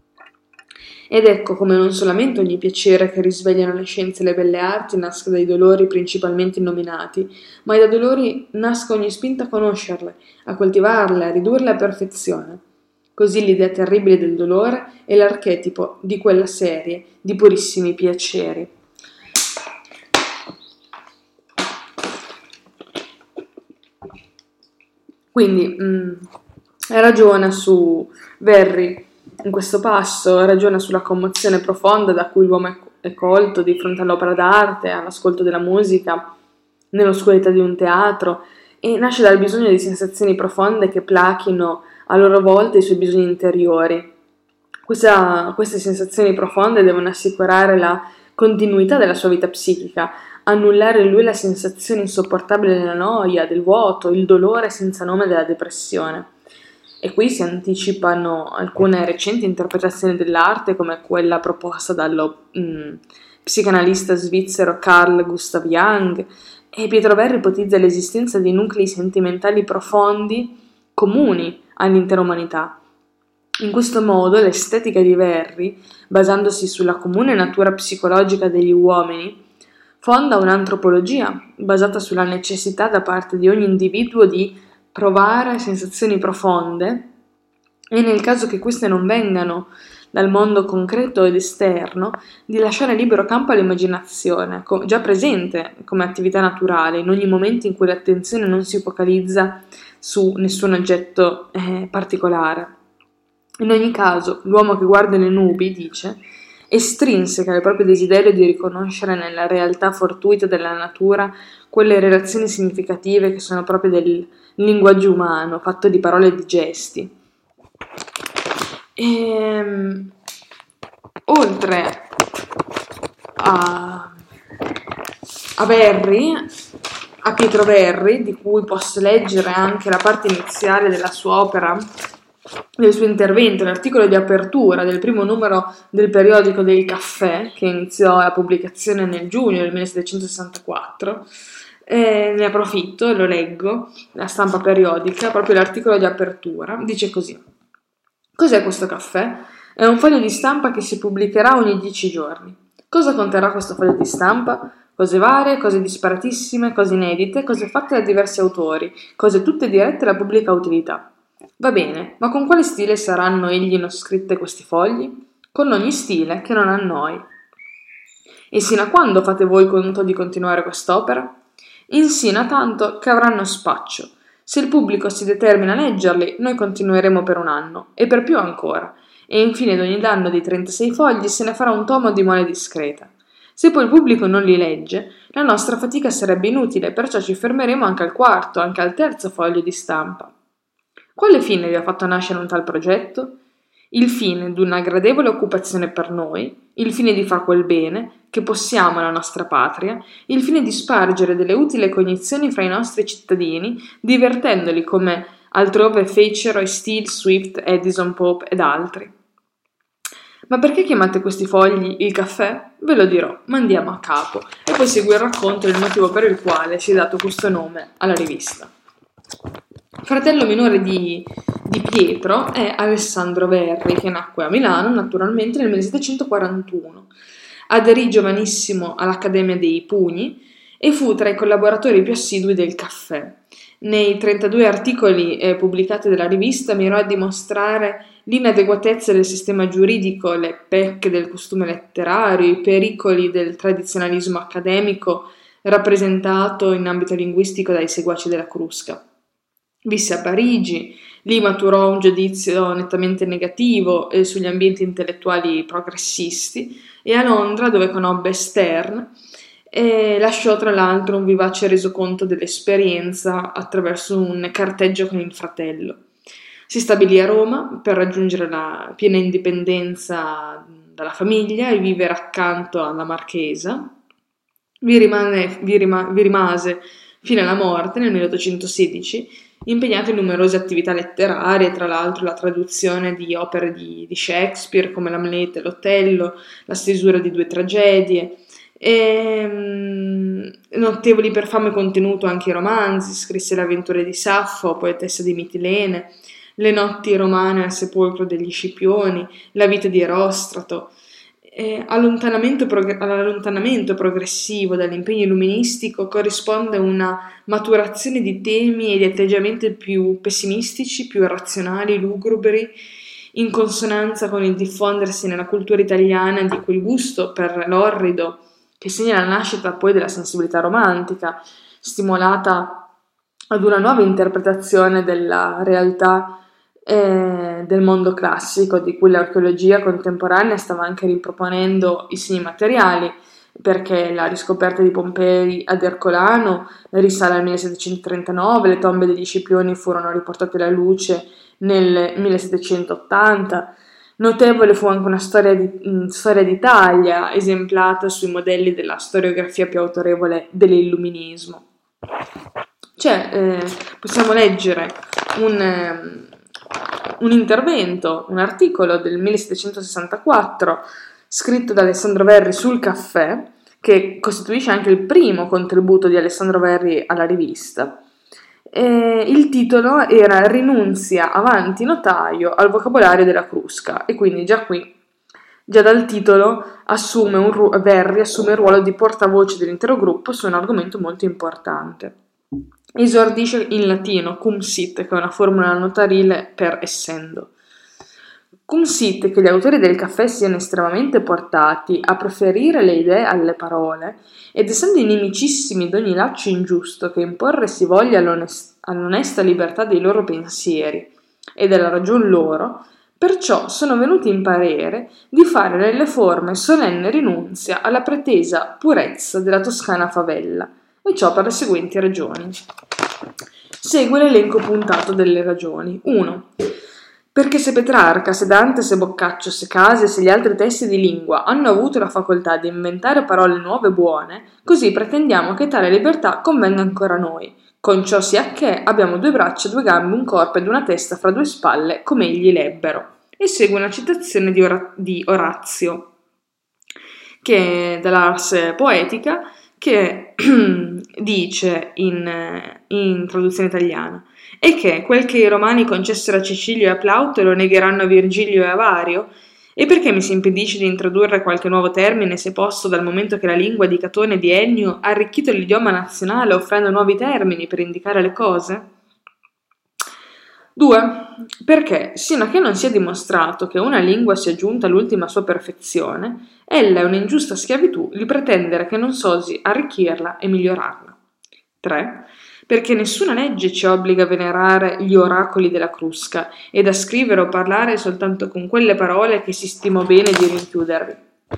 Ed ecco come non solamente ogni piacere che risvegliano le scienze e le belle arti nasca dai dolori principalmente innominati, ma dai dolori nasca ogni spinta a conoscerle, a coltivarle, a ridurle a perfezione. Così l'idea terribile del dolore è l'archetipo di quella serie di purissimi piaceri. Quindi mh, ragiona su Verri in questo passo, ragiona sulla commozione profonda da cui l'uomo è colto di fronte all'opera d'arte, all'ascolto della musica, nell'oscurità di un teatro, e nasce dal bisogno di sensazioni profonde che plachino a loro volta i suoi bisogni interiori. Questa, queste sensazioni profonde devono assicurare la continuità della sua vita psichica, annullare in lui la sensazione insopportabile della noia, del vuoto, il dolore senza nome della depressione. E qui si anticipano alcune recenti interpretazioni dell'arte, come quella proposta dallo mh, psicanalista svizzero Carl Gustav Jung, e Pietro Verri ipotizza l'esistenza di nuclei sentimentali profondi comuni all'intera umanità. In questo modo l'estetica di Verri, basandosi sulla comune natura psicologica degli uomini, fonda un'antropologia basata sulla necessità da parte di ogni individuo di provare sensazioni profonde e, nel caso che queste non vengano dal mondo concreto ed esterno, di lasciare libero campo all'immaginazione, già presente come attività naturale in ogni momento in cui l'attenzione non si focalizza su nessun oggetto eh, particolare. In ogni caso, l'uomo che guarda le nubi, dice, estrinseca il proprio desiderio di riconoscere nella realtà fortuita della natura quelle relazioni significative che sono proprie del linguaggio umano, fatto di parole e di gesti. E, oltre a, a Verri, a Pietro Verri, di cui posso leggere anche la parte iniziale della sua opera, del suo intervento, l'articolo di apertura del primo numero del periodico del Caffè, che iniziò la pubblicazione nel giugno del millesettecentosessantaquattro, eh, ne approfitto e lo leggo, la stampa periodica, proprio l'articolo di apertura, dice così: cos'è questo caffè? È un foglio di stampa che si pubblicherà ogni dieci giorni. Cosa conterrà questo foglio di stampa? Cose varie, cose disparatissime, cose inedite, cose fatte da diversi autori, cose tutte dirette alla pubblica utilità. Va bene, ma con quale stile saranno egli non scritte questi fogli? Con ogni stile che non annoi. E sino a quando fate voi conto di continuare quest'opera? Insino a tanto che avranno spaccio. Se il pubblico si determina a leggerli, noi continueremo per un anno, e per più ancora, e infine d'ogni danno dei trentasei fogli se ne farà un tomo di mole discreta. Se poi il pubblico non li legge, la nostra fatica sarebbe inutile, perciò ci fermeremo anche al quarto, anche al terzo foglio di stampa. Quale fine vi ha fatto nascere un tal progetto? Il fine d'una gradevole occupazione per noi, il fine di far quel bene che possiamo alla nostra patria, il fine di spargere delle utili cognizioni fra i nostri cittadini, divertendoli come altrove fecero e Steele, Swift, Edison, Pope ed altri. Ma perché chiamate questi fogli il caffè? Ve lo dirò, ma andiamo a capo, e poi segue il racconto del motivo per il quale si è dato questo nome alla rivista. Fratello minore di, di Pietro è Alessandro Verri, che nacque a Milano naturalmente nel millesettecentoquarantuno. Aderì giovanissimo all'Accademia dei Pugni e fu tra i collaboratori più assidui del Caffè. Nei trentadue articoli eh, pubblicati dalla rivista mirò a dimostrare l'inadeguatezza del sistema giuridico, le pecche del costume letterario, i pericoli del tradizionalismo accademico rappresentato in ambito linguistico dai seguaci della Crusca. Visse a Parigi, lì maturò un giudizio nettamente negativo eh, sugli ambienti intellettuali progressisti, e a Londra, dove conobbe Sterne, e lasciò tra l'altro un vivace resoconto dell'esperienza attraverso un carteggio con il fratello. Si stabilì a Roma per raggiungere la piena indipendenza dalla famiglia e vivere accanto alla marchesa. Vi, rimane, vi, rima, vi rimase fino alla morte nel milleottocentosedici, impegnato in numerose attività letterarie, tra l'altro la traduzione di opere di, di Shakespeare come l'Amleto e l'Otello, la stesura di due tragedie, e, mm, notevoli per fama e contenuto anche i romanzi. Scrisse Le avventure di Saffo, poetessa di Mitilene, Le notti romane al sepolcro degli Scipioni, La vita di Erostrato. Eh, allontanamento prog- all'allontanamento progressivo dall'impegno illuministico corrisponde una maturazione di temi e di atteggiamenti più pessimistici, più irrazionali, lugubri, in consonanza con il diffondersi nella cultura italiana di quel gusto per l'orrido che segna la nascita poi della sensibilità romantica, stimolata ad una nuova interpretazione della realtà e del mondo classico, di cui l'archeologia contemporanea stava anche riproponendo i segni materiali, perché la riscoperta di Pompei ad Ercolano risale al millesettecentotrentanove, le tombe degli Scipioni furono riportate alla luce nel millesettecentottanta. Notevole fu anche una storia, di, mh, storia d'Italia, esemplata sui modelli della storiografia più autorevole dell'illuminismo. Cioè, eh, possiamo leggere un... Eh, un intervento, un articolo del millesettecentosessantaquattro scritto da Alessandro Verri sul Caffè, che costituisce anche il primo contributo di Alessandro Verri alla rivista, Eh, il titolo era Rinunzia avanti notaio al vocabolario della Crusca, e quindi già qui, già dal titolo, assume un ru- Verri assume il ruolo di portavoce dell'intero gruppo su un argomento molto importante. Esordisce in latino cum sit, che è una formula notarile per essendo. Cum sit, che gli autori del caffè siano estremamente portati a preferire le idee alle parole, ed essendo inimicissimi d'ogni laccio ingiusto che imporre si voglia all'onest- all'onesta libertà dei loro pensieri e della ragion loro, perciò sono venuti in parere di fare nelle forme solenne rinunzia alla pretesa purezza della toscana favella, e ciò per le seguenti ragioni. Segue l'elenco puntato delle ragioni. uno. Perché se Petrarca, se Dante, se Boccaccio, se Case, se gli altri testi di lingua hanno avuto la facoltà di inventare parole nuove e buone, così pretendiamo che tale libertà convenga ancora a noi. Con ciò sia che abbiamo due braccia, due gambe, un corpo ed una testa fra due spalle, come egli lebbero. E segue una citazione di, Ora- di Orazio, che è dall'Ars Poetica, che dice in, in traduzione italiana: e che quel che i romani concessero a Cecilio e a Plauto lo negheranno a Virgilio e a Vario? E perché mi si impedisce di introdurre qualche nuovo termine, se posso, dal momento che la lingua di Catone e di Ennio ha arricchito l'idioma nazionale offrendo nuovi termini per indicare le cose? due. Perché, sino a che non sia dimostrato che una lingua sia giunta all'ultima sua perfezione, ella è un'ingiusta schiavitù di pretendere che non s'osi arricchirla e migliorarla. tre. Perché nessuna legge ci obbliga a venerare gli oracoli della Crusca ed a scrivere o parlare soltanto con quelle parole che si stimò bene di rinchiudervi.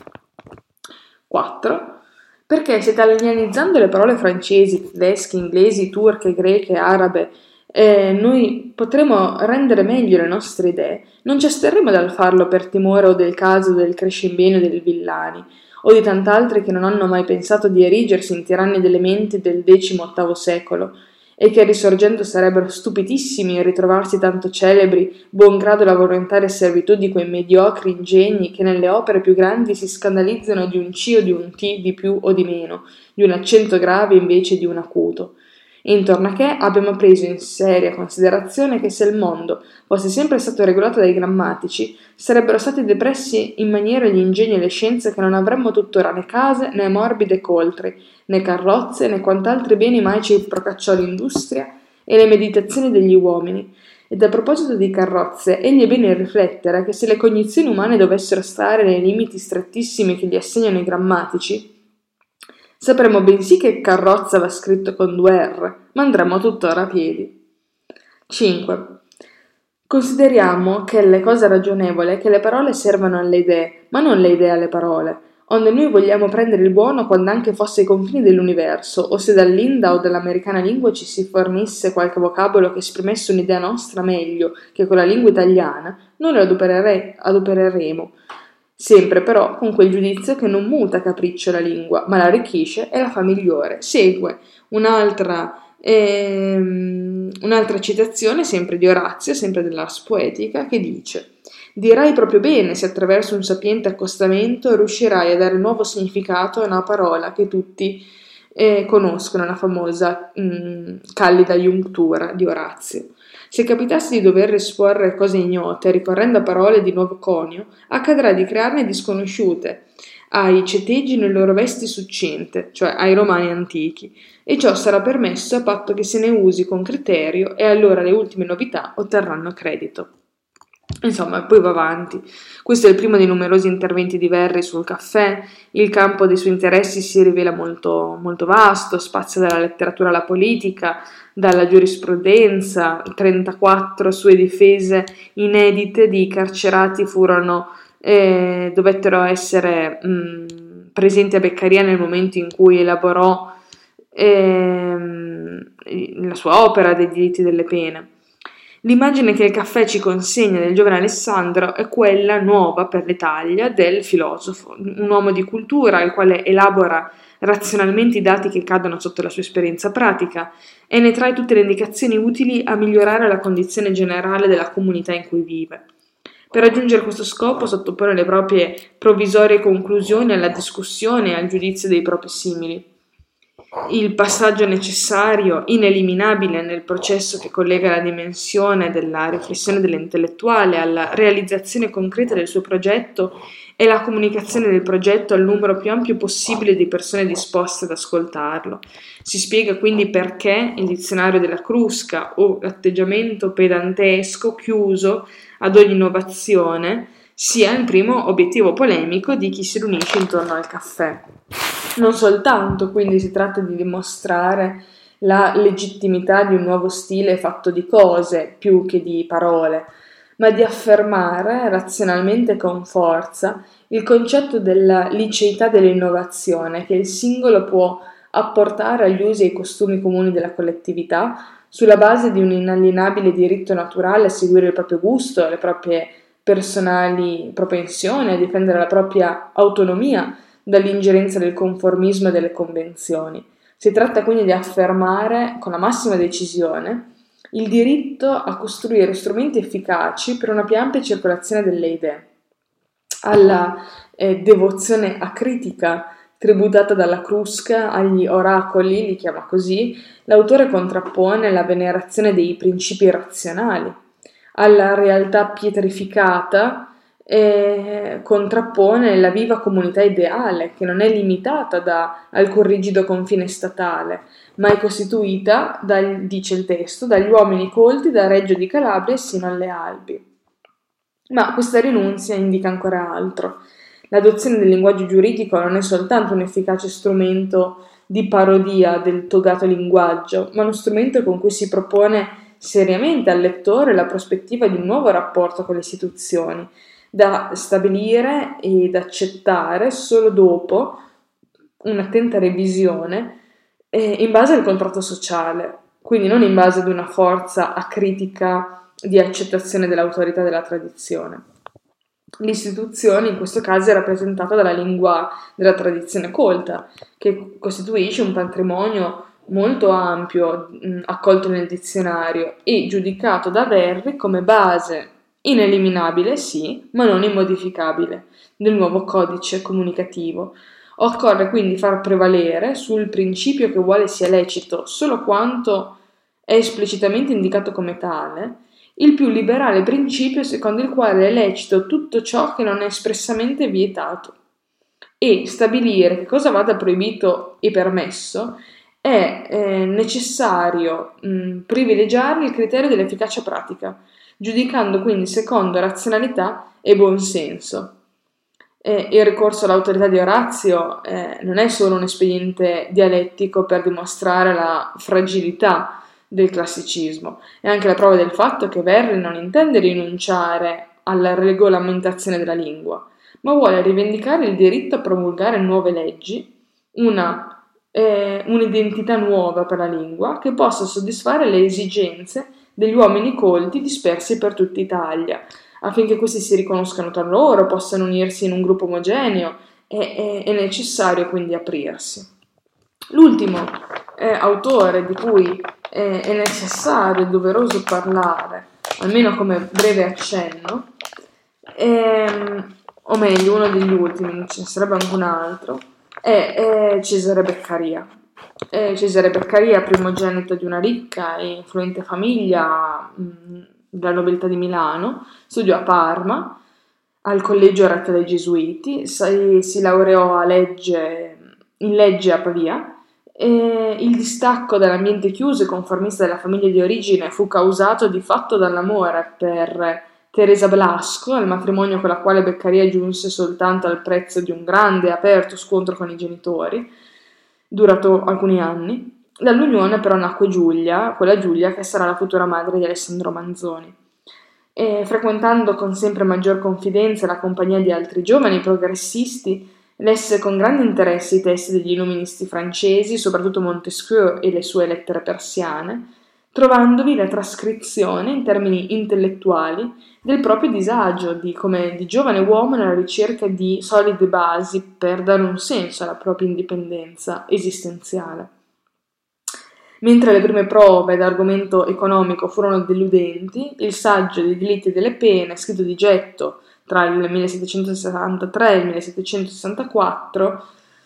quattro. Perché se italianizzando le parole francesi, tedesche, inglesi, turche, greche, arabe, eh, noi potremo rendere meglio le nostre idee, non ci asterremo dal farlo per timore o del caso del Crescembeno e del Villani, o di tant'altri che non hanno mai pensato di erigersi in tiranni delle menti del decimo ottavo secolo, e che risorgendo sarebbero stupidissimi a ritrovarsi tanto celebri, buon grado la volontaria servitù di quei mediocri ingegni che nelle opere più grandi si scandalizzano di un C o di un T di più o di meno, di un accento grave invece di un acuto. Intorno a che abbiamo preso in seria considerazione che se il mondo fosse sempre stato regolato dai grammatici, sarebbero stati depressi in maniera gli ingegni e le scienze che non avremmo tuttora né case né morbide coltri, né carrozze né quant'altri beni mai ci procacciò l'industria e le meditazioni degli uomini. Ed a proposito di carrozze, egli è bene riflettere che se le cognizioni umane dovessero stare nei limiti strettissimi che gli assegnano i grammatici, sapremo bensì che carrozza va scritto con due R, ma andremo tuttora a piedi. cinque. Consideriamo che è cosa ragionevole che le parole servano alle idee, ma non le idee alle parole, onde noi vogliamo prendere il buono quando anche fosse ai confini dell'universo, o se dall'inda o dall'americana lingua ci si fornisse qualche vocabolo che esprimesse un'idea nostra meglio che con la lingua italiana, noi lo adoperere- adopereremo. Sempre però con quel giudizio che non muta a capriccio la lingua, ma la arricchisce e la fa migliore. Segue un'altra, ehm, un'altra citazione, sempre di Orazio, sempre dell'Ars Poetica, che dice: dirai proprio bene se attraverso un sapiente accostamento riuscirai a dare nuovo significato a una parola che tutti eh, conoscono, la famosa mh, callida iunctura di Orazio. Se capitasse di dover esporre cose ignote, ricorrendo a parole di nuovo conio, accadrà di crearne disconosciute ai ceteggi nelle loro vesti succinte, cioè ai romani antichi, e ciò sarà permesso a patto che se ne usi con criterio, e allora le ultime novità otterranno credito. Insomma, poi va avanti. Questo è il primo dei numerosi interventi di Verri sul caffè. Il campo dei suoi interessi si rivela molto, molto vasto, spazia dalla letteratura alla politica, dalla giurisprudenza. trentaquattro sue difese inedite di carcerati furono, eh, dovettero essere mh, presenti a Beccaria nel momento in cui elaborò ehm, la sua opera dei diritti delle pene. L'immagine che il caffè ci consegna del giovane Alessandro è quella nuova per l'Italia del filosofo, un uomo di cultura il quale elabora razionalmente i dati che cadono sotto la sua esperienza pratica e ne trae tutte le indicazioni utili a migliorare la condizione generale della comunità in cui vive. Per raggiungere questo scopo sottopone le proprie provvisorie conclusioni alla discussione e al giudizio dei propri simili. il passaggio necessario, ineliminabile nel processo che collega la dimensione della riflessione dell'intellettuale alla realizzazione concreta del suo progetto è la comunicazione del progetto al numero più ampio possibile di persone disposte ad ascoltarlo. Si spiega quindi perché il dizionario della Crusca o l'atteggiamento pedantesco chiuso ad ogni innovazione sia il primo obiettivo polemico di chi si riunisce intorno al caffè. Non soltanto, quindi, si tratta di dimostrare la legittimità di un nuovo stile fatto di cose più che di parole, ma di affermare razionalmente e con forza il concetto della liceità dell'innovazione che il singolo può apportare agli usi e ai costumi comuni della collettività sulla base di un inalienabile diritto naturale a seguire il proprio gusto, le proprie personali propensioni, a difendere la propria autonomia dall'ingerenza del conformismo e delle convenzioni. Si tratta quindi di affermare con la massima decisione il diritto a costruire strumenti efficaci per una più ampia circolazione delle idee. Alla eh, devozione acritica tributata dalla Crusca agli oracoli, li chiama così, l'autore contrappone la venerazione dei principi razionali. Alla realtà pietrificata e contrappone la viva comunità ideale, che non è limitata da alcun rigido confine statale, ma è costituita, dal, dice il testo, dagli uomini colti da Reggio di Calabria sino alle Alpi. Ma questa rinunzia indica ancora altro. L'adozione del linguaggio giuridico non è soltanto un efficace strumento di parodia del togato linguaggio, ma uno strumento con cui si propone seriamente al lettore la prospettiva di un nuovo rapporto con le istituzioni, da stabilire ed accettare solo dopo un'attenta revisione eh, in base al contratto sociale, quindi non in base ad una forza acritica di accettazione dell'autorità della tradizione. L'istituzione in questo caso è rappresentata dalla lingua della tradizione colta, che costituisce un patrimonio molto ampio mh, accolto nel dizionario e giudicato da Verri come base ineliminabile, sì, ma non immodificabile, del nuovo codice comunicativo. Occorre quindi far prevalere sul principio che vuole sia lecito solo quanto è esplicitamente indicato come tale, il più liberale principio secondo il quale è lecito tutto ciò che non è espressamente vietato, e stabilire che cosa vada proibito e permesso è eh, necessario mh, privilegiare il criterio dell'efficacia pratica, giudicando quindi secondo razionalità e buonsenso. Eh, il ricorso all'autorità di Orazio eh, non è solo un espediente dialettico per dimostrare la fragilità del classicismo, è anche la prova del fatto che Verri non intende rinunciare alla regolamentazione della lingua, ma vuole rivendicare il diritto a promulgare nuove leggi, una, eh, un'identità nuova per la lingua che possa soddisfare le esigenze degli uomini colti dispersi per tutta Italia, affinché questi si riconoscano tra loro, possano unirsi in un gruppo omogeneo, è, è, è necessario quindi aprirsi. L'ultimo eh, autore di cui eh, è necessario e doveroso parlare, almeno come breve accenno, è, o meglio uno degli ultimi, ce ne sarebbe anche un altro, è, è Cesare Beccaria. È Cesare Beccaria, primogenito di una ricca e influente famiglia mh, della nobiltà di Milano, studiò a Parma, al collegio retto dai Gesuiti, si, si laureò a legge, in legge a Pavia. E il distacco dall'ambiente chiuso e conformista della famiglia di origine fu causato di fatto dall'amore per Teresa Blasco, al matrimonio con la quale Beccaria giunse soltanto al prezzo di un grande e aperto scontro con i genitori, durato alcuni anni. Dall'unione però nacque Giulia, quella Giulia che sarà la futura madre di Alessandro Manzoni. E frequentando con sempre maggior confidenza la compagnia di altri giovani progressisti, lesse con grande interesse i testi degli illuministi francesi, soprattutto Montesquieu e le sue lettere persiane, trovandovi la trascrizione in termini intellettuali del proprio disagio di, come di giovane uomo nella ricerca di solide basi per dare un senso alla propria indipendenza esistenziale. Mentre le prime prove d'argomento economico furono deludenti, il saggio dei delitti e delle pene, scritto di getto tra il millesettecentosessantatré e il millesettecentosessantaquattro,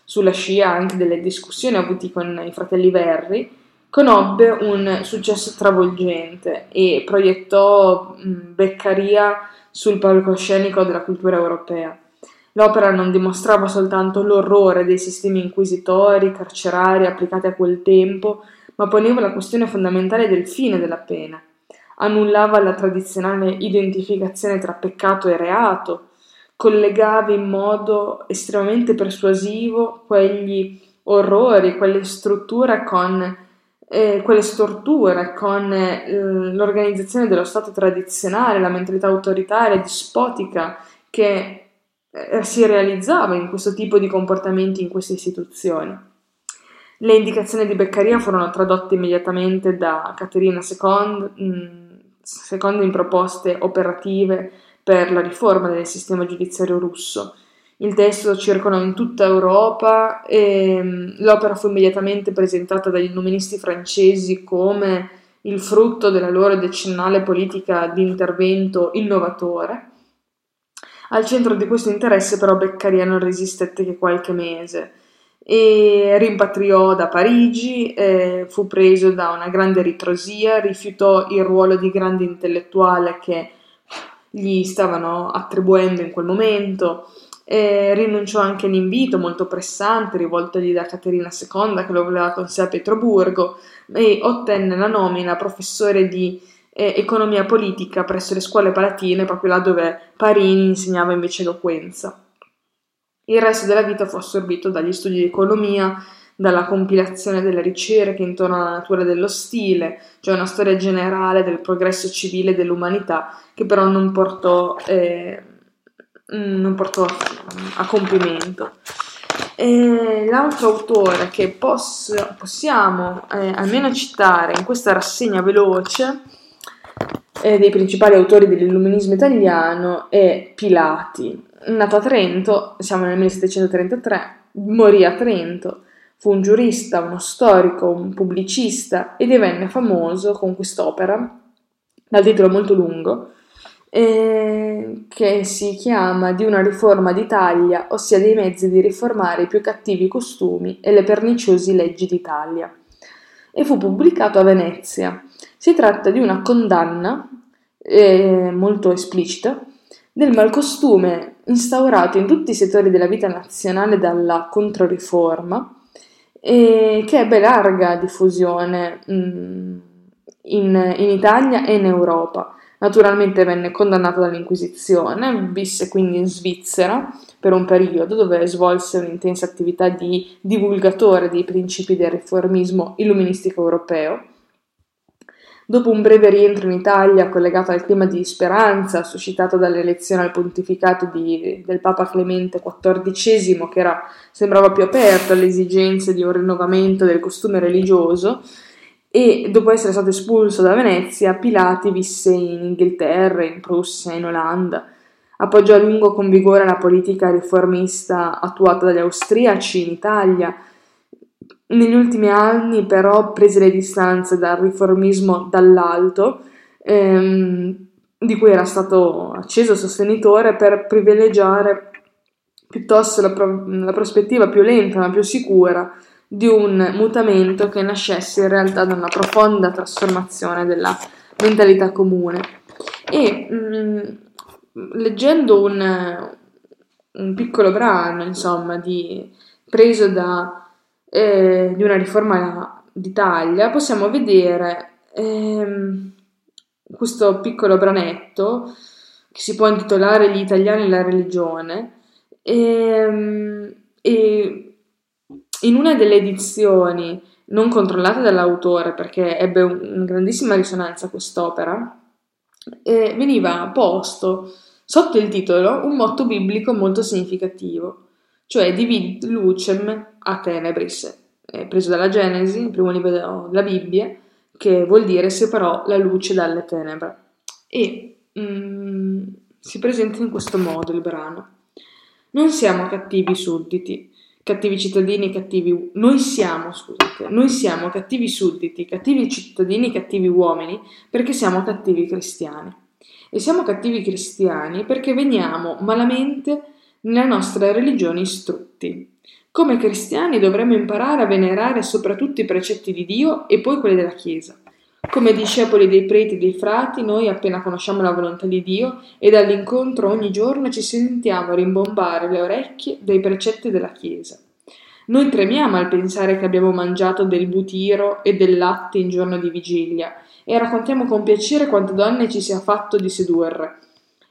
sulla scia anche delle discussioni avuti con i fratelli Verri, conobbe un successo travolgente e proiettò mh, Beccaria sul palcoscenico della cultura europea. L'opera non dimostrava soltanto l'orrore dei sistemi inquisitori, carcerari applicati a quel tempo, ma poneva la questione fondamentale del fine della pena. Annullava la tradizionale identificazione tra peccato e reato, collegava in modo estremamente persuasivo quegli orrori, quelle strutture con eh, quelle storture con eh, l'organizzazione dello Stato tradizionale, la mentalità autoritaria, dispotica che eh, si realizzava in questo tipo di comportamenti in queste istituzioni. Le indicazioni di Beccaria furono tradotte immediatamente da Caterina seconda, seconda in proposte operative per la riforma del sistema giudiziario russo. Il testo circolò in tutta Europa e l'opera fu immediatamente presentata dagli illuministi francesi come il frutto della loro decennale politica di intervento innovatore. Al centro di questo interesse però Beccaria non resistette che qualche mese e rimpatriò da Parigi, eh, fu preso da una grande ritrosia, rifiutò il ruolo di grande intellettuale che gli stavano attribuendo in quel momento, eh, rinunciò anche all'invito molto pressante rivoltogli da Caterina seconda che lo voleva con sé a Pietroburgo e ottenne la nomina professore di eh, economia politica presso le scuole palatine, proprio là dove Parini insegnava invece eloquenza. Il resto della vita fu assorbito dagli studi di economia, dalla compilazione delle ricerche intorno alla natura dello stile, cioè una storia generale del progresso civile dell'umanità che però non portò, eh, non portò a, a compimento. E l'altro autore che poss- possiamo eh, almeno citare in questa rassegna veloce eh, dei principali autori dell'illuminismo italiano è Pilati. Nato a Trento, siamo nel millesettecentotrentatré, morì a Trento, fu un giurista, uno storico, un pubblicista e divenne famoso con quest'opera, dal titolo molto lungo, eh, che si chiama Di una riforma d'Italia, ossia dei mezzi di riformare i più cattivi costumi e le perniciose leggi d'Italia, e fu pubblicato a Venezia. Si tratta di una condanna eh, molto esplicita del malcostume instaurato in tutti i settori della vita nazionale dalla Controriforma e che ebbe larga diffusione mh, in, in Italia e in Europa. Naturalmente venne condannato dall'Inquisizione, visse quindi in Svizzera per un periodo dove svolse un'intensa attività di divulgatore dei principi del riformismo illuministico europeo. Dopo un breve rientro in Italia collegato al clima di speranza suscitato dall'elezione al pontificato di, del Papa Clemente quattordicesimo, che era, sembrava più aperto alle esigenze di un rinnovamento del costume religioso, e dopo essere stato espulso da Venezia, Pilati visse in Inghilterra, in Prussia, in Olanda. Appoggiò a lungo con vigore la politica riformista attuata dagli austriaci in Italia. Negli ultimi anni però prese le distanze dal riformismo dall'alto, ehm, di cui era stato acceso sostenitore, per privilegiare piuttosto la, pro- la prospettiva più lenta ma più sicura di un mutamento che nascesse in realtà da una profonda trasformazione della mentalità comune. E mh, leggendo un, un piccolo brano, insomma, di, preso da Eh, di una riforma d'Italia, possiamo vedere ehm, questo piccolo branetto che si può intitolare Gli italiani e la religione, ehm, e in una delle edizioni non controllate dall'autore, perché ebbe un, una grandissima risonanza quest'opera, eh, veniva posto sotto il titolo un motto biblico molto significativo, cioè Divid lucem a tenebris, è preso dalla Genesi, il primo libro della Bibbia, che vuol dire separò la luce dalle tenebre. E mm, si presenta in questo modo il brano. Non siamo cattivi sudditi, cattivi cittadini, cattivi... Noi siamo, scusate, noi siamo cattivi sudditi, cattivi cittadini, cattivi uomini, perché siamo cattivi cristiani. E siamo cattivi cristiani perché veniamo malamente nella nostra religione istrutti, Come cristiani dovremmo imparare a venerare soprattutto i precetti di Dio e poi quelli della Chiesa. Come discepoli dei preti e dei frati, noi appena conosciamo la volontà di Dio e dall'incontro ogni giorno ci sentiamo rimbombare le orecchie dei precetti della Chiesa. Noi tremiamo al pensare che abbiamo mangiato del butiro e del latte in giorno di vigilia e raccontiamo con piacere quante donne ci sia fatto di sedurre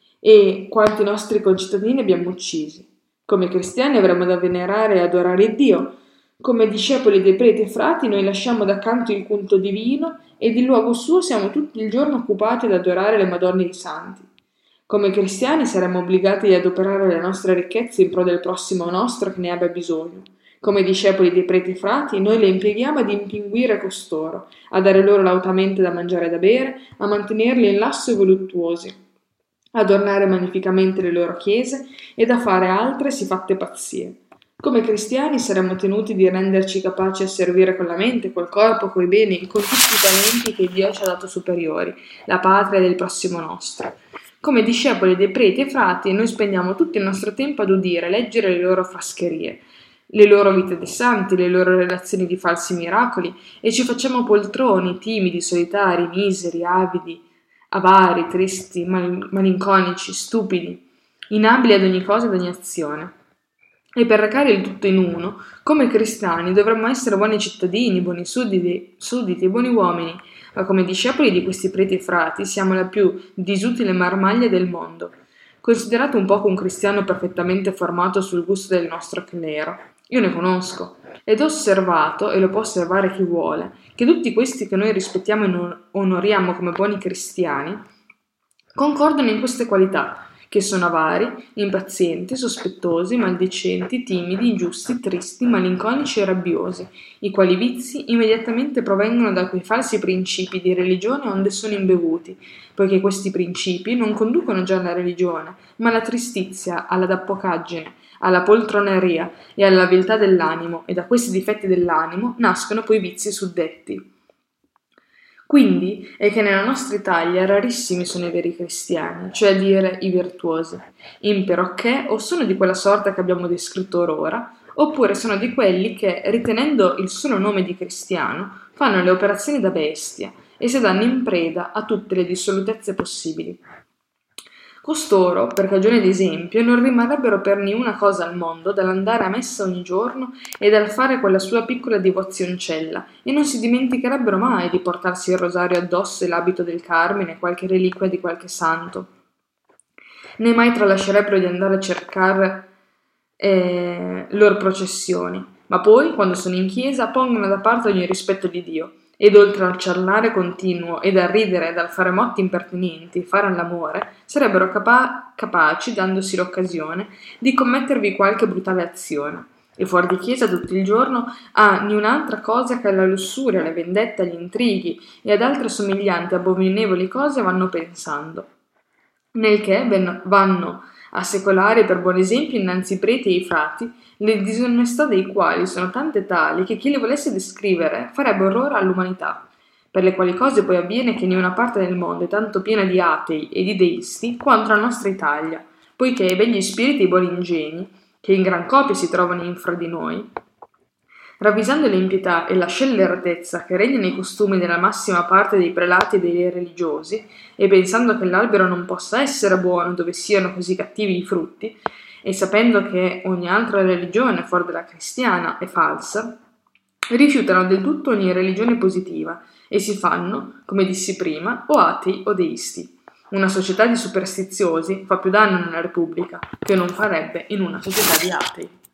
e quanti nostri concittadini abbiamo uccisi. Come cristiani avremo da venerare e adorare Dio. Come discepoli dei preti e frati noi lasciamo da canto il culto divino ed in luogo suo siamo tutto il giorno occupati ad adorare le Madonne dei Santi. Come cristiani saremo obbligati ad adoperare le nostre ricchezze in pro del prossimo nostro che ne abbia bisogno. Come discepoli dei preti e frati noi le impieghiamo ad impinguire costoro, a dare loro lautamente da mangiare e da bere, a mantenerli in lasso e voluttuosi, ad ornare magnificamente le loro chiese ed a fare altre sifatte pazzie. Come cristiani saremo tenuti di renderci capaci a servire con la mente, col corpo, coi beni, con tutti i talenti che Dio ci ha dato superiori, la patria del prossimo nostro. Come discepoli dei preti e frati noi spendiamo tutto il nostro tempo ad udire, leggere le loro frascherie, le loro vite dei santi, le loro relazioni di falsi miracoli e ci facciamo poltroni, timidi, solitari, miseri, avidi, avari, tristi, mal- malinconici, stupidi, inabili ad ogni cosa e ad ogni azione. E per recare il tutto in uno, come cristiani dovremmo essere buoni cittadini, buoni sudditi, sudditi e buoni uomini, ma come discepoli di questi preti e frati siamo la più disutile marmaglia del mondo. Considerate un poco un cristiano perfettamente formato sul gusto del nostro clero. Io ne conosco, ed ho osservato, e lo può osservare chi vuole, che tutti questi che noi rispettiamo e onoriamo come buoni cristiani concordano in queste qualità, che sono avari, impazienti, sospettosi, maldicenti, timidi, ingiusti, tristi, malinconici e rabbiosi, i quali vizi immediatamente provengono da quei falsi principi di religione onde sono imbevuti, poiché questi principi non conducono già alla religione, ma alla tristizia, alla dappocaggine, alla poltroneria e alla viltà dell'animo, e da questi difetti dell'animo nascono poi i vizi suddetti. Quindi è che nella nostra Italia rarissimi sono i veri cristiani, cioè a dire i virtuosi, imperocché o sono di quella sorta che abbiamo descritto ora, oppure sono di quelli che, ritenendo il solo nome di cristiano, fanno le operazioni da bestia e si danno in preda a tutte le dissolutezze possibili. Costoro, per cagione d'esempio, non rimarrebbero per niuna cosa al mondo dall'andare a messa ogni giorno e dal fare quella sua piccola divozioncella, e non si dimenticherebbero mai di portarsi il rosario addosso e l'abito del Carmine, qualche reliquia di qualche santo, né mai tralascerebbero di andare a cercare eh, loro processioni, ma poi, quando sono in chiesa, pongono da parte ogni rispetto di Dio, ed oltre al ciarlare continuo e dal ridere e dal fare motti impertinenti, fare all'amore, sarebbero capa- capaci, dandosi l'occasione, di commettervi qualche brutale azione. E fuori di chiesa tutto il giorno ha niun'altra cosa che alla lussuria, alla vendetta, agli intrighi e ad altre somiglianti abominevoli cose vanno pensando. Nel che ven- vanno a secolare per buon esempio innanzi i preti e i frati, le disonestà dei quali sono tante tali che chi le volesse descrivere farebbe orrore all'umanità, per le quali cose poi avviene che niuna parte del mondo è tanto piena di atei e di deisti quanto la nostra Italia, poiché i begli spiriti e i buoni ingegni, che in gran copia si trovano infra di noi, ravvisando l'impietà e la scelleratezza che regna nei costumi della massima parte dei prelati e dei religiosi, e pensando che l'albero non possa essere buono dove siano così cattivi i frutti, e sapendo che ogni altra religione fuori dalla cristiana è falsa, rifiutano del tutto ogni religione positiva e si fanno, come dissi prima, o atei o deisti. Una società di superstiziosi fa più danno in una repubblica che non farebbe in una società di atei.